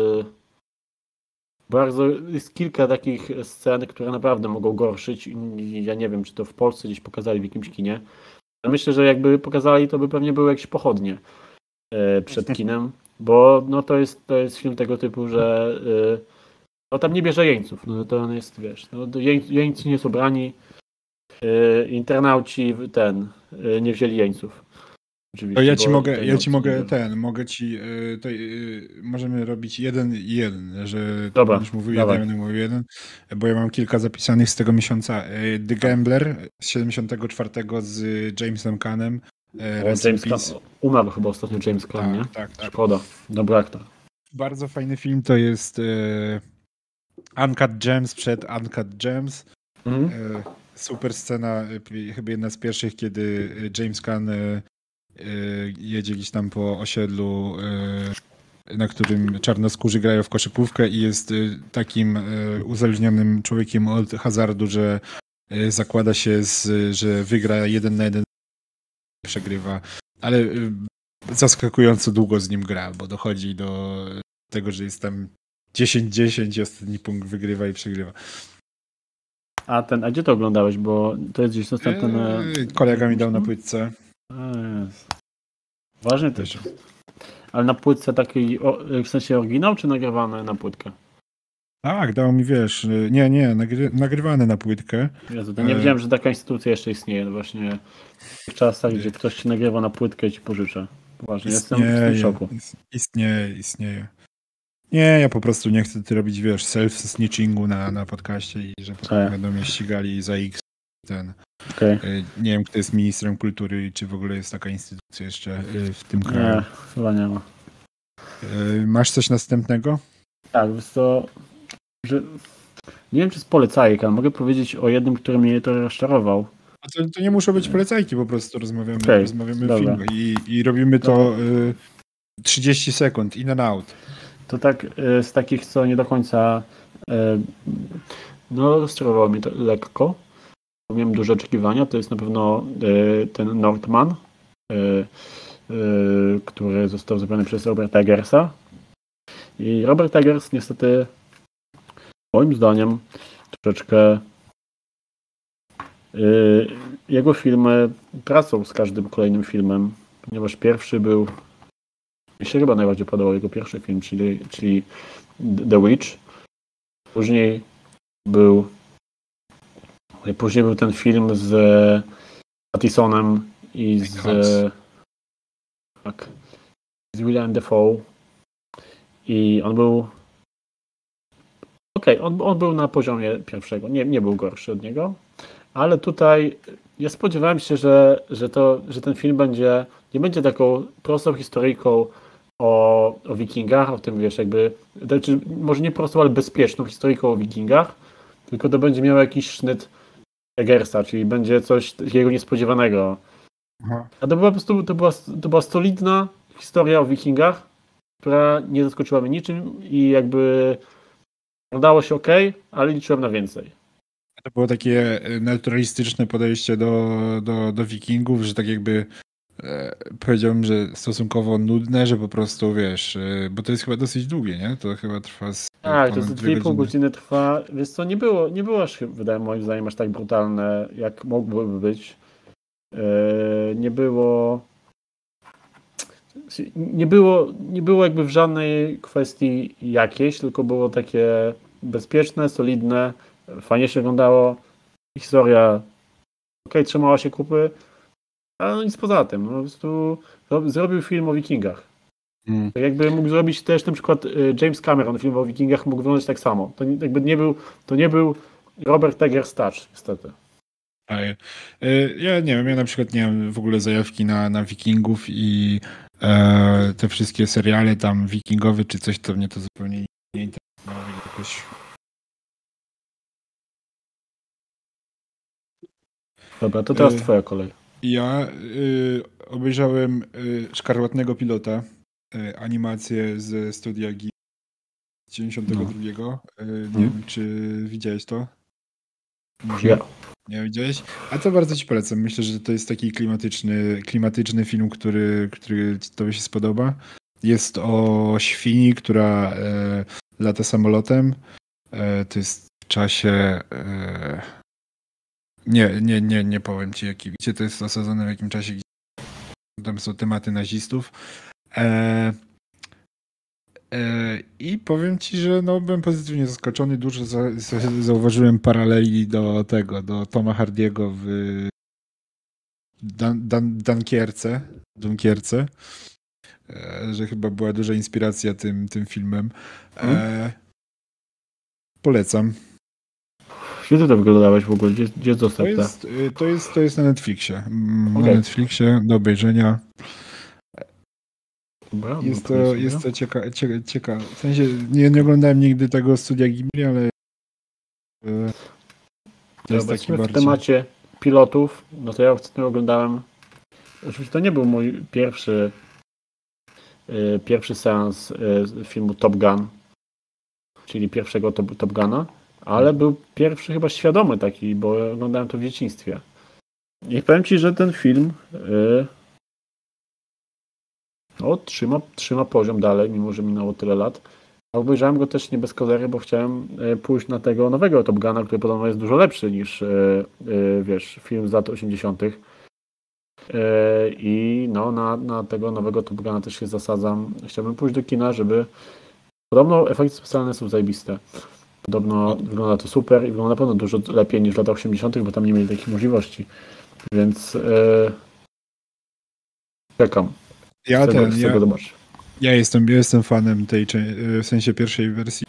jest kilka takich scen, które naprawdę mogą gorszyć. Ja nie wiem, czy to w Polsce gdzieś pokazali w jakimś kinie. Ale myślę, że jakby pokazali, to by pewnie były jakieś pochodnie przed kinem, bo no to jest film tego typu, że no tam nie bierze jeńców. No to on jest, wiesz, no jeńcy nie są brani, internauci nie wzięli jeńców. Oczywiście, to mogę ci, możemy robić 1-1, że Dobra, będziesz mówił dawaj. 1, mówił 1, bo ja mam kilka zapisanych z tego miesiąca. The Gambler z 74 z Jamesem Caanem. James Caan umarł chyba ostatnio, James Caan, nie? Tak. Szkoda, dobry aktor. Bardzo fajny film to jest Uncut Gems przed Uncut Gems. Super scena, chyba jedna z pierwszych, kiedy James Caan jedzie gdzieś tam po osiedlu, na którym czarnoskórzy grają w koszykówkę i jest takim uzależnionym człowiekiem od hazardu, że zakłada się, że wygra 1 na 1, przegrywa, ale zaskakująco długo z nim gra, bo dochodzi do tego, że jest tam 10-10 i ostatni punkt wygrywa i przegrywa. A gdzie to oglądałeś? Bo to jest gdzieś dostępne. Kolega mi dał na płytce. Ważny też. Ale na płytce takiej, w sensie oryginał, czy nagrywane na płytkę? Tak, dał mi, wiesz, nagrywane na płytkę. Jezu, to nie wiedziałem, że taka instytucja jeszcze istnieje. No właśnie w czasach, gdzie ktoś ci nagrywa na płytkę i ci pożycza. Poważnie, jestem w szoku. Istnieje. Nie, ja po prostu nie chcę robić, wiesz, self-snitchingu na podcaście i że potem będą mnie ścigali za X. Nie wiem, kto jest ministrem kultury i czy w ogóle jest taka instytucja jeszcze w tym kraju. Nie, chyba nie ma. Masz coś następnego? Tak, wiesz co, że nie wiem, czy z polecajek, ale mogę powiedzieć o jednym, który mnie to rozczarował. A to nie muszą być polecajki, po prostu rozmawiamy o filmie i robimy to 30 sekund, in and out. To tak z takich, co nie do końca no rozczarowało mnie to lekko. Miałem duże oczekiwania, to jest na pewno ten Northman, który został zrobiony przez Roberta Eggersa. I Robert Eggers niestety moim zdaniem troszeczkę jego filmy tracą z każdym kolejnym filmem, ponieważ pierwszy był, mi się chyba najbardziej podobał jego pierwszy film, czyli The Witch. Później był ten film z Pattisonem i z Willem Dafoe. I on był on był na poziomie pierwszego. Nie był gorszy od niego. Ale tutaj ja spodziewałem się, że ten film nie będzie taką prostą historyjką o wikingach, o tym, wiesz, jakby, znaczy, może nie prostą, ale bezpieczną historyjką o wikingach, tylko to będzie miało jakiś sznyt Eggersa, czyli będzie coś takiego niespodziewanego. A to była po prostu to była solidna historia o wikingach, która nie zaskoczyła mnie niczym i jakby udało się ok, ale liczyłem na więcej. To było takie naturalistyczne podejście do Wikingów, że tak jakby powiedziałbym, że stosunkowo nudne, że po prostu wiesz, bo to jest chyba dosyć długie, nie? To chyba trwa Tak, to ponad jest 2 2,5 godziny. godziny trwa, więc to nie było aż, wydaje moim zdaniem, aż tak brutalne, jak mogłoby być. Nie było, nie było jakby w żadnej kwestii jakiejś, tylko było takie bezpieczne, solidne, fajnie się oglądało. Historia trzymała się kupy, ale no nic poza tym. No, po prostu zrobił film o Wikingach. Tak jakby mógł zrobić też na przykład James Cameron film o Wikingach, mógł wyglądać tak samo. Jakby nie był Robert Eggers niestety. Ja nie wiem, ja na przykład nie mam w ogóle zajawki na Wikingów i te wszystkie seriale tam wikingowe czy coś, to mnie to zupełnie nie interesowało jakoś. Dobra, to teraz twoja kolej. Ja obejrzałem Szkarłatnego Pilota, animację ze studia Ghibli z 92. Nie wiem, czy widziałeś to? Może? Ja. Nie widziałeś? A to bardzo ci polecam. Myślę, że to jest taki klimatyczny film, który tobie się spodoba. Jest o świni, która lata samolotem. To jest w czasie... Nie powiem ci, gdzie to jest osadzone, w jakim czasie. Tam są tematy nazistów. I powiem ci, że no, byłem pozytywnie zaskoczony. Dużo zauważyłem paraleli do Toma Hardiego w Dunkierce, że chyba była duża inspiracja tym filmem. Polecam. Gdzie ty to wyglądałeś w ogóle? Gdzie jest dostępne? To jest na Netflixie. Na Okay. Netflixie do obejrzenia. Dobra, jest to ciekawe. W sensie nie oglądałem nigdy tego studia Ghibli, ale to jest taki bardziej... W temacie pilotów, no to ja ostatnio oglądałem, oczywiście to nie był mój pierwszy seans filmu Top Gun, czyli pierwszego Top Guna, ale był pierwszy chyba świadomy taki, bo oglądałem to w dzieciństwie. I powiem ci, że ten film trzyma poziom dalej, mimo że minęło tyle lat. A obejrzałem go też nie bez kozery, bo chciałem pójść na tego nowego Top Guna, który podobno jest dużo lepszy niż wiesz, film z lat 80. I no, na tego nowego Top Guna też się zasadzam. Chciałbym pójść do kina, żeby... Podobno efekty specjalne są zajebiste. Podobno wygląda to super i wygląda na pewno dużo lepiej niż w latach 80., bo tam nie mieli takich możliwości. Więc czekam. Ja jestem fanem tej, w sensie pierwszej wersji.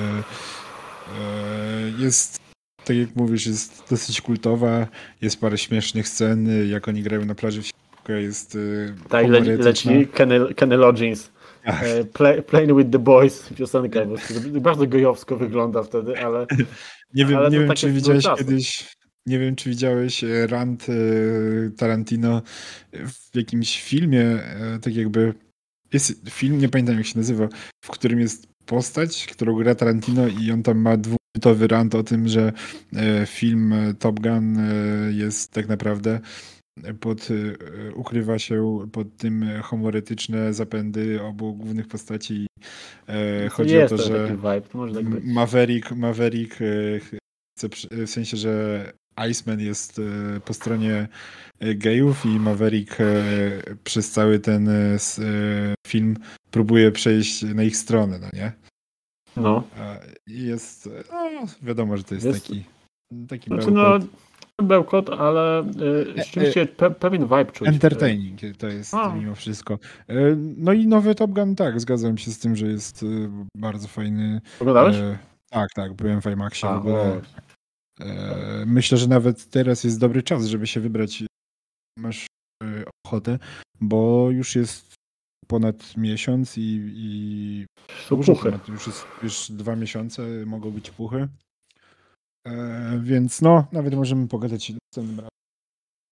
Jest, tak jak mówisz, jest dosyć kultowa, jest parę śmiesznych scen, jak oni grają na plaży w środku, jest tak, leci Kenny Loggins. Playing with the Boys, piosenka, bardzo gejowsko wygląda wtedy, ale... Nie wiem, czy widziałeś kiedyś... Nie wiem, czy widziałeś rant Tarantino w jakimś filmie, tak jakby jest film, nie pamiętam jak się nazywa, w którym jest postać, którą gra Tarantino i on tam ma dwuminutowy rant o tym, że film Top Gun jest tak naprawdę ukrywa się pod tym homoretyczne zapędy obu głównych postaci. Chodzi o to, że vibe, to może tak być. Maverick chce, w sensie, że Iceman jest po stronie gejów i Maverick przez cały ten film próbuje przejść na ich stronę, no nie? No. Jest, no, wiadomo, że to jest taki znaczy, bełkot. No, bełkot, ale rzeczywiście pewien vibe czuć. Entertaining to jest mimo wszystko. No i nowy Top Gun, tak, zgadzam się z tym, że jest bardzo fajny. Oglądałeś? Tak, byłem w IMAXie w ogóle. Myślę, że nawet teraz jest dobry czas, żeby się wybrać. Masz ochotę, bo już jest ponad miesiąc i dużo ponad, już 2 miesiące mogą być puchy. Więc no, nawet możemy pogadać następnym razem.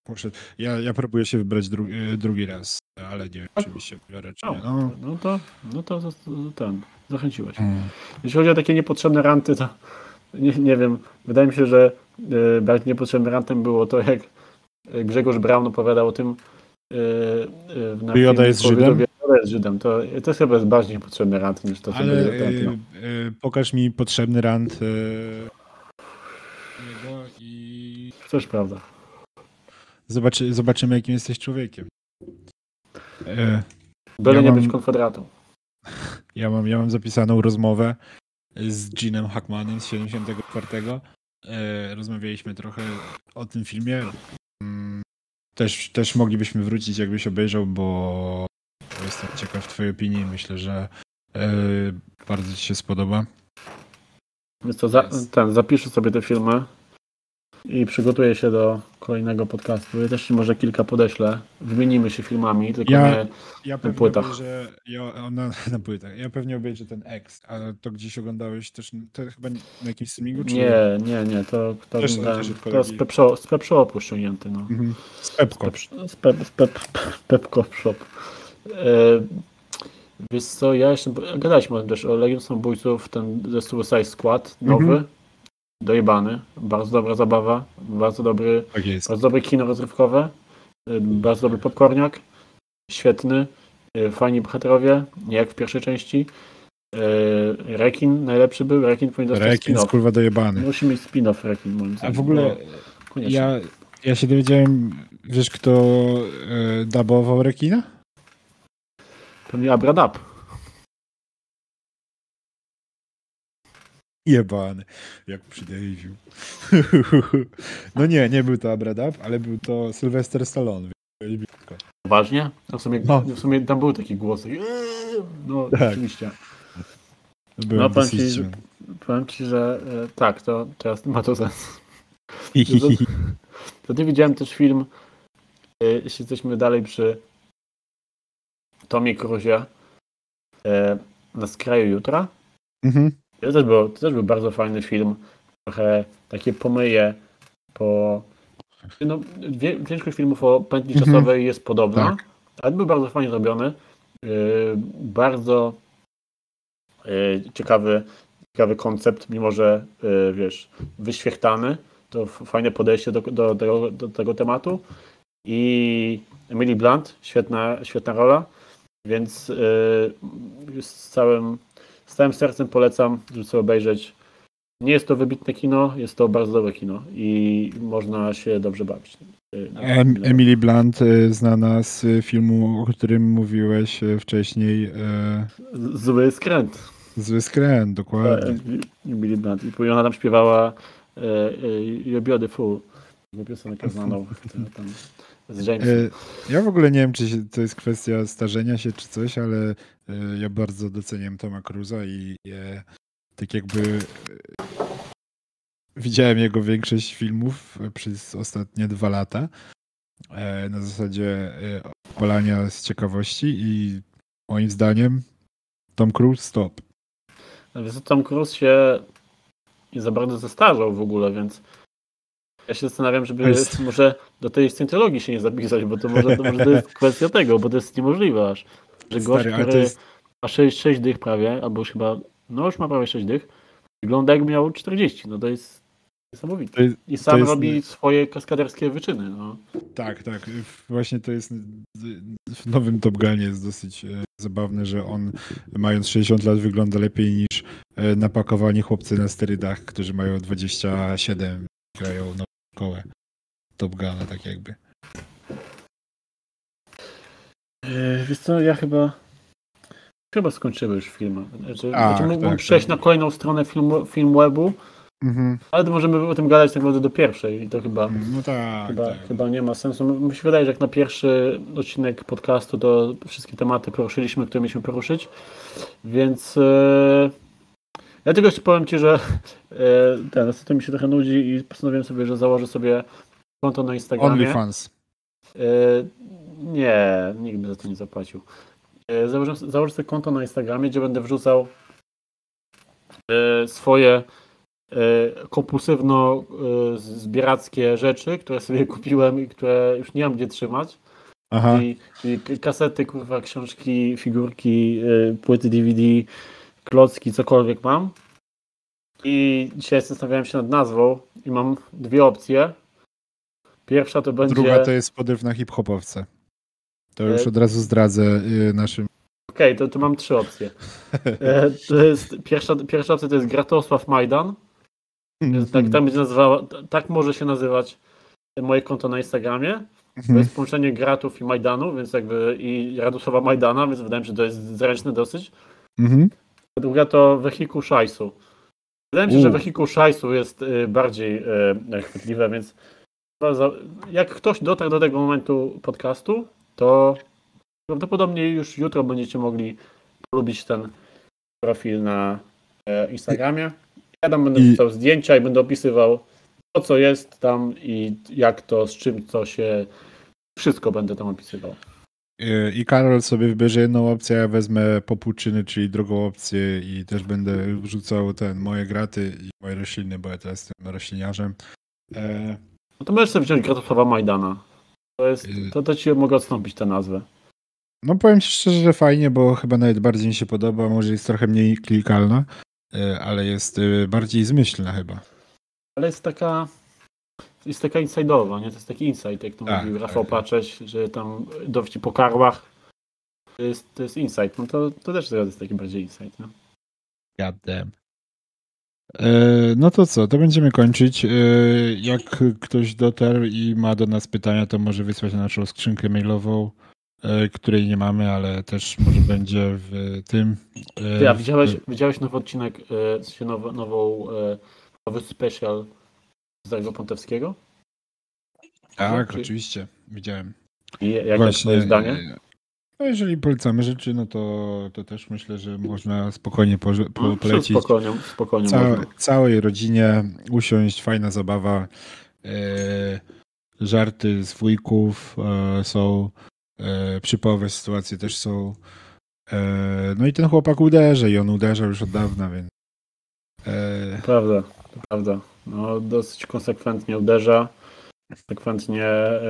Poszedł. Ja próbuję się wybrać drugi raz, ale nie wiem, czy mi się wybiorę, czy nie. No. Ten, zachęciłeś. Mm. Jeśli chodzi o takie niepotrzebne ranty, to nie wiem, wydaje mi się, że bardziej niepotrzebnym rantem było to, jak Grzegorz Braun opowiadał o tym na Joda jest Żydem? Joda jest Żydem. To jest chyba bardziej niepotrzebny rant niż to, co Ale będzie rantem. pokaż mi potrzebny rant jego i Też prawda. zobaczymy, jakim jesteś człowiekiem. Byle ja nie mam- być konfederatą. Ja mam zapisaną rozmowę z Gene'em Hackmanem z 74. Rozmawialiśmy trochę o tym filmie. Też moglibyśmy wrócić, jakbyś obejrzał, bo jestem ciekaw twojej opinii. Myślę, że bardzo ci się spodoba. Więc to zapiszę sobie te filmy i przygotuję się do kolejnego podcastu. Ja też ci może kilka podeślę. Wymienimy się filmami, tylko nie Ja na pewnie płytach. obejrzę, na płytach. Ja pewnie obejrzę ten X, a to gdzieś oglądałeś też, to chyba na jakimś streamingu? Czy... Nie, to Też oglądałem, od to kolegi. z Pepshopu ściągnięty. No. Mhm. Z Pepko. Pepko Shop. Wiesz co, ja jeszcze gadaliśmy o tym też, o Legion Samobójców, ten The Suicide Squad, nowy, dojebany, bardzo dobra zabawa, bardzo Tak jest. dobre kino rozrywkowe, bardzo dobry popcorniak, świetny, fajni bohaterowie, nie jak w pierwszej części. Rekin najlepszy był, Rekin powinien dostać Rekin jest spin-off. kurwa dojebany. Musi mieć spin-off Rekin, moim A zdaniem. w ogóle koniecznie. ja się dowiedziałem, wiesz kto dubował Rekina? Pewnie Abradab. Jebany, jak przy Dave'u. No nie był to Abradab, ale był to Sylvester Stallone. Poważnie? No. W sumie tam były takie głosy. No, Tak. oczywiście. Byłem Powiem ci, że tak, to teraz ma to sens. To nie widziałem też film, jeśli jesteśmy dalej przy Tomie Cruzie, Na skraju jutra. Mhm. To też był bardzo fajny film. Trochę takie pomyje po... No, większość filmów o pętli czasowej jest podobna, Tak. ale był bardzo fajnie zrobiony. Bardzo ciekawy koncept, mimo że wiesz, wyświechtany. To fajne podejście do tego tematu. I Emily Blunt, świetna rola, więc z całym sercem polecam, żeby sobie obejrzeć. Nie jest to wybitne kino, jest to bardzo dobre kino i można się dobrze bawić. Emily Blunt, znana z filmu, o którym mówiłeś wcześniej. Zły skręt. Zły skręt, dokładnie. Emily Blunt. I ona tam śpiewała You're Beautiful. Piosenkę znaną tam z Jamesem. Ja w ogóle nie wiem, czy to jest kwestia starzenia się, czy coś, ale ja bardzo doceniam Toma Cruza i tak jakby widziałem jego większość filmów przez ostatnie 2 lata na zasadzie polania z ciekawości i moim zdaniem Tom Cruise stop. Wiesz, Tom Cruise się nie za bardzo zestarzał w ogóle, więc ja się zastanawiam, żeby może do tej scientologii się nie zapisać, bo to może to jest kwestia tego, bo to jest niemożliwe aż. Że gość, który ma 6 dych prawie, albo już chyba, no już ma prawie 6 dych, wygląda jakby miał 40, no to jest niesamowite. I sam robi swoje kaskaderskie wyczyny. No. Tak. Właśnie to jest w nowym Top Gunie jest dosyć zabawne, że on mając 60 lat wygląda lepiej niż napakowani chłopcy na sterydach, którzy mają 27 i grają na szkołę Top Guna, tak jakby. Wiesz co, ja chyba skończyłem już film. Mógłbym przejść na kolejną stronę Filmwebu, ale to możemy o tym gadać tak naprawdę do pierwszej i to chyba nie ma sensu. Mi się wydaje, że jak na pierwszy odcinek podcastu to wszystkie tematy poruszyliśmy, które mieliśmy poruszyć, więc ja tylko jeszcze powiem Ci, że to mi się trochę nudzi i postanowiłem sobie, że założę sobie konto na Instagramie. OnlyFans. Nie, nikt by za to nie zapłacił. Założę sobie konto na Instagramie, gdzie będę wrzucał swoje kompulsywno zbierackie rzeczy, które sobie kupiłem i które już nie mam gdzie trzymać. Aha. Czyli kasety, kurwa, książki, figurki, płyty DVD, klocki, cokolwiek mam. I dzisiaj zastanawiałem się nad nazwą i mam dwie opcje. Pierwsza to będzie... Druga to jest podryw na hip-hopowce. To już od razu zdradzę naszym... Okej, to mam trzy opcje. To jest, pierwsza opcja to jest Gratosław Majdan. Tak będzie nazywała, tak może się nazywać moje konto na Instagramie. To jest połączenie Gratów i Majdanu, więc jakby i Radosława Majdana, więc wydaje mi się, że to jest zręczne dosyć. Druga to Wehikuł Szajsu. Wydaje mi się, że Wehikuł Szajsu jest bardziej chwytliwe, więc jak ktoś dotarł do tego momentu podcastu, to prawdopodobnie już jutro będziecie mogli polubić ten profil na Instagramie. Ja tam będę wrzucał zdjęcia i będę opisywał to, co jest tam i jak to, z czym to się... Wszystko będę tam opisywał. I Karol sobie wybierze jedną opcję, ja wezmę popuczyny, czyli drugą opcję i też będę wrzucał moje graty i moje rośliny, bo ja teraz jestem rośliniarzem. No to możesz sobie wziąć Gratosława Majdana. To ci mogę odstąpić tę nazwę. No powiem ci szczerze, że fajnie, bo chyba nawet bardziej mi się podoba, może jest trochę mniej klikalna, ale jest bardziej zmyślna chyba. Ale jest taka inside'owa, nie? To jest taki insight, jak to mówił Rafał Paczeć, że tam dowcip po karłach to jest insight. No to też jest taki bardziej insight, no. God damn. No to co, to będziemy kończyć. Jak ktoś dotarł i ma do nas pytania, to może wysłać na naszą skrzynkę mailową, której nie mamy, ale też może będzie w tym. A widziałeś nowy odcinek, nowy special Zdrowego Pontewskiego? Tak, oczywiście, widziałem. I jakie jest twoje zdanie? No jeżeli polecamy rzeczy, no to też myślę, że można spokojnie polecić. Spokojnie Całej rodzinie usiąść, fajna zabawa. Żarty z wujków są, przypowe sytuacje też są. No i ten chłopak uderza i on uderzał już od dawna, więc... To prawda. No, dosyć konsekwentnie uderza. Konsekwentnie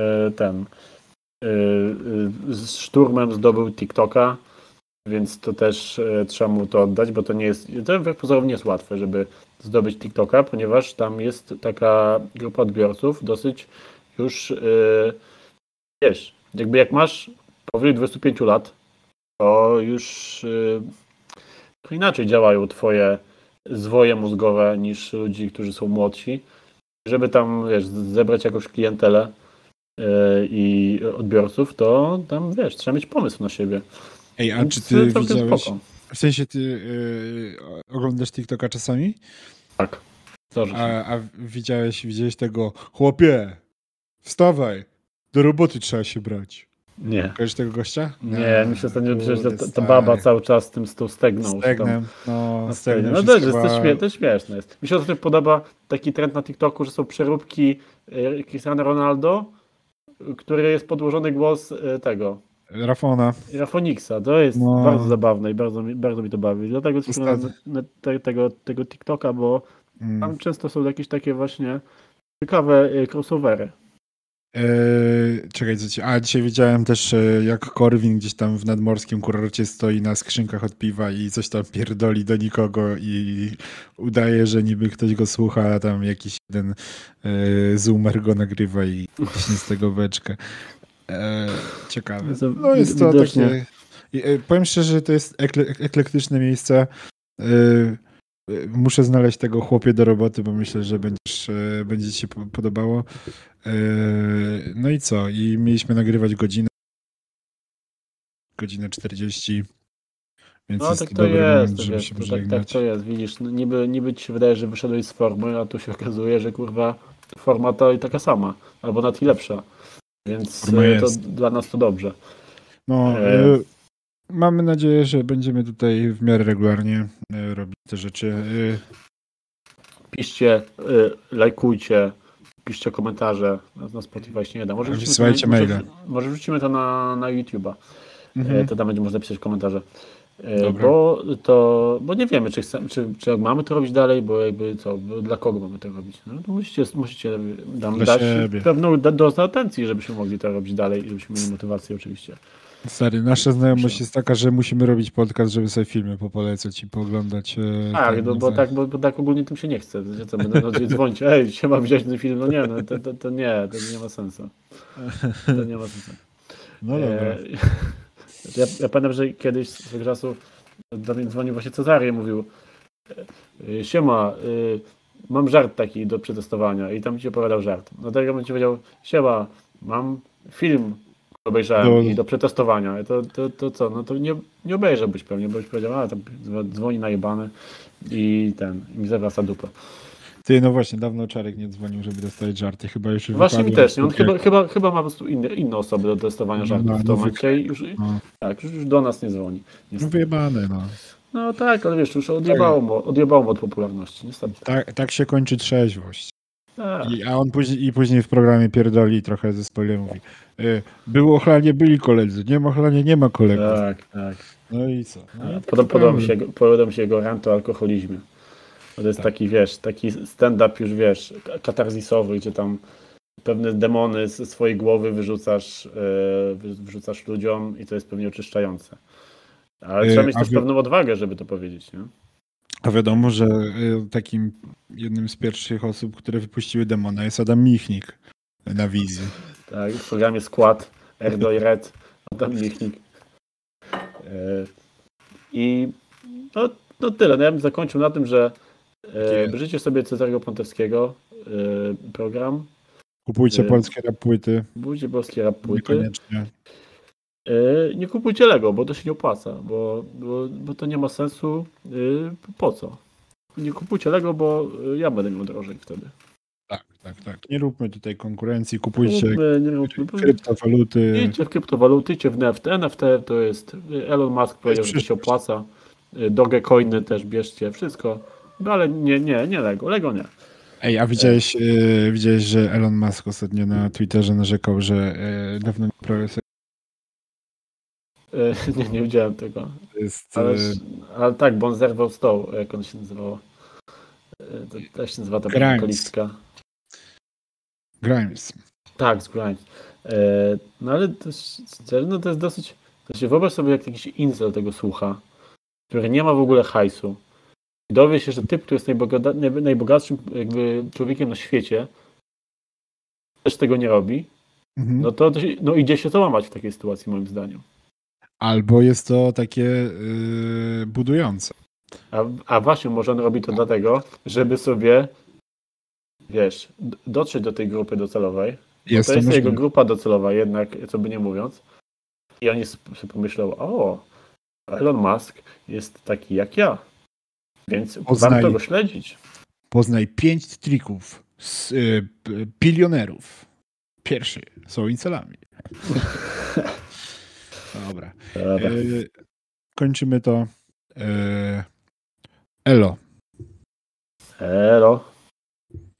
z szturmem zdobył TikToka, więc to też trzeba mu to oddać, bo to nie jest, to wbrew pozorom nie jest łatwe, żeby zdobyć TikToka, ponieważ tam jest taka grupa odbiorców dosyć już, wiesz, jakby jak masz powyżej 25 lat, to już to inaczej działają twoje zwoje mózgowe niż ludzi, którzy są młodsi. Żeby tam, wiesz, zebrać jakąś klientelę i odbiorców, to tam, wiesz, trzeba mieć pomysł na siebie. Ej, a czy ty widziałeś, w sensie ty oglądasz TikToka czasami? Tak. A widziałeś tego, chłopie, wstawaj, do roboty trzeba się brać. Nie. Kojarzysz tego gościa? Nie, mi się ostatnio że ta baba cały czas z tą stegną. Stegnem, stegnem. No to śmieszne jest. Mi się ostatnio podoba taki trend na TikToku, że są przeróbki Cristiano Ronaldo, który jest podłożony głos tego. Rafoniksa. To jest bardzo zabawne i bardzo mi to bawi. Dlatego tego TikToka, bo tam często są jakieś takie właśnie ciekawe crossovery. Czekaj, dzisiaj widziałem też, jak Korwin gdzieś tam w nadmorskim kurorcie stoi na skrzynkach od piwa i coś tam pierdoli do nikogo i udaje, że niby ktoś go słucha, a tam jakiś jeden zoomer go nagrywa i ciśnie z tego beczkę. Ciekawe. No jest to takie... Powiem szczerze, że to jest eklektyczne miejsce. Muszę znaleźć tego chłopie do roboty, bo myślę, że będzie ci się podobało. No i co? I mieliśmy nagrywać godzinę 40. Więc jest tak to dobry moment, żeby wiesz, się pożegnać. Tak to jest, widzisz, no, niby ci się wydaje, że wyszedłeś z formy, a tu się okazuje, że kurwa forma to i taka sama, albo nawet i lepsza. Więc to dla nas to dobrze. No, mamy nadzieję, że będziemy tutaj w miarę regularnie robić te rzeczy. Piszcie, lajkujcie, piszcie komentarze. Na Spotify się nie da. Wysyłajcie maile. Może wrzucimy to na YouTube'a. To tam będzie można pisać komentarze. Dobra. Bo nie wiemy, czy mamy to robić dalej, bo jakby co, bo dla kogo mamy to robić. No, to musicie nam Dla dać siebie. pewną dozę atencji, żebyśmy mogli to robić dalej i żebyśmy mieli motywację oczywiście. Stary, nasza znajomość jest taka, że musimy robić podcast, żeby sobie filmy popolecać i pooglądać. Tak, bo tak ogólnie tym się nie chce. Wiecie co, będę na dzwonić, ej, trzeba wziąć ten film. No nie, no to nie ma sensu. To nie ma sensu. No dobra. Ja pamiętam, że kiedyś swego czasu do mnie dzwonił właśnie Cezary i mówił: siema, mam żart taki do przetestowania i tam ci opowiadał żart. No tak ja bym ci powiedział: siema, mam film, który obejrzałem i do przetestowania. I to co? No to nie obejrzałbyś pewnie, bo byś powiedział: a tam dzwoni najebany i mi zawraca dupę. Ty, no właśnie, dawno Czarek nie dzwonił, żeby dostać żarty. Chyba już Właśnie mi też, nie? On chyba ma po prostu inne osoby do testowania żartów w tym momencie i już, już do nas nie dzwoni. No wyjebane, no. No tak, ale wiesz, już odjebało mu od popularności, niestety. Tak się kończy trzeźwość. Tak. A on później w programie pierdoli trochę ze spoilerem mówi: było ochlanie, byli koledzy, nie ma ochlania, nie ma kolegów. Tak. No i co? No, Podoba mi się jego rant o alkoholizmie. To jest taki, wiesz, taki stand-up już, wiesz, katarzisowy, gdzie tam pewne demony ze swojej głowy wyrzucasz ludziom i to jest pewnie oczyszczające. Ale trzeba mieć też pewną odwagę, żeby to powiedzieć, nie? A wiadomo, że takim jednym z pierwszych osób, które wypuściły demona, jest Adam Michnik na wizji. Tak, w programie Skład, Erdo i Red, Adam Michnik. I no tyle. No ja bym zakończył na tym, że bierzecie sobie Cezarego Pontewskiego program. Kupujcie polskie rap płyty. Kupujcie polskie rap płyty. Niekoniecznie. Nie kupujcie Lego, bo to się nie opłaca, bo to nie ma sensu. Po co? Nie kupujcie Lego, bo ja będę miał drożej wtedy. Tak. Nie róbmy tutaj konkurencji, kupujcie róbmy. kryptowaluty. Idźcie w kryptowaluty, idźcie w NFT. NFT to jest, Elon Musk powiedział, że to się opłaca. Dogecoiny też bierzcie, wszystko. No ale nie Lego. Lego nie. Ej, a widziałeś, że Elon Musk ostatnio na Twitterze narzekał, że dawno nie prawie sobie... Nie widziałem tego. Jest, ale tak, bo on zerwał stoł, jak on się nazywało. To też się nazywa ta wokalistka. Grimes. Tak, z Grimes. No ale to jest dosyć... Wyobraź sobie, jak jakiś incel tego słucha, który nie ma w ogóle hajsu. Dowie się, że typ, który jest najbogatszym jakby człowiekiem na świecie, też tego nie robi, no to idzie się załamać w takiej sytuacji, moim zdaniem. Albo jest to takie budujące. A właśnie, może on robi to dlatego, żeby sobie, wiesz, dotrzeć do tej grupy docelowej. To jest jego grupa docelowa jednak, co by nie mówiąc. I oni sobie pomyślą: o, Elon Musk jest taki jak ja, więc warto go śledzić. Poznaj 5 trików z bilionerów. Pierwszy są incelami. Dobra. Kończymy to. Elo.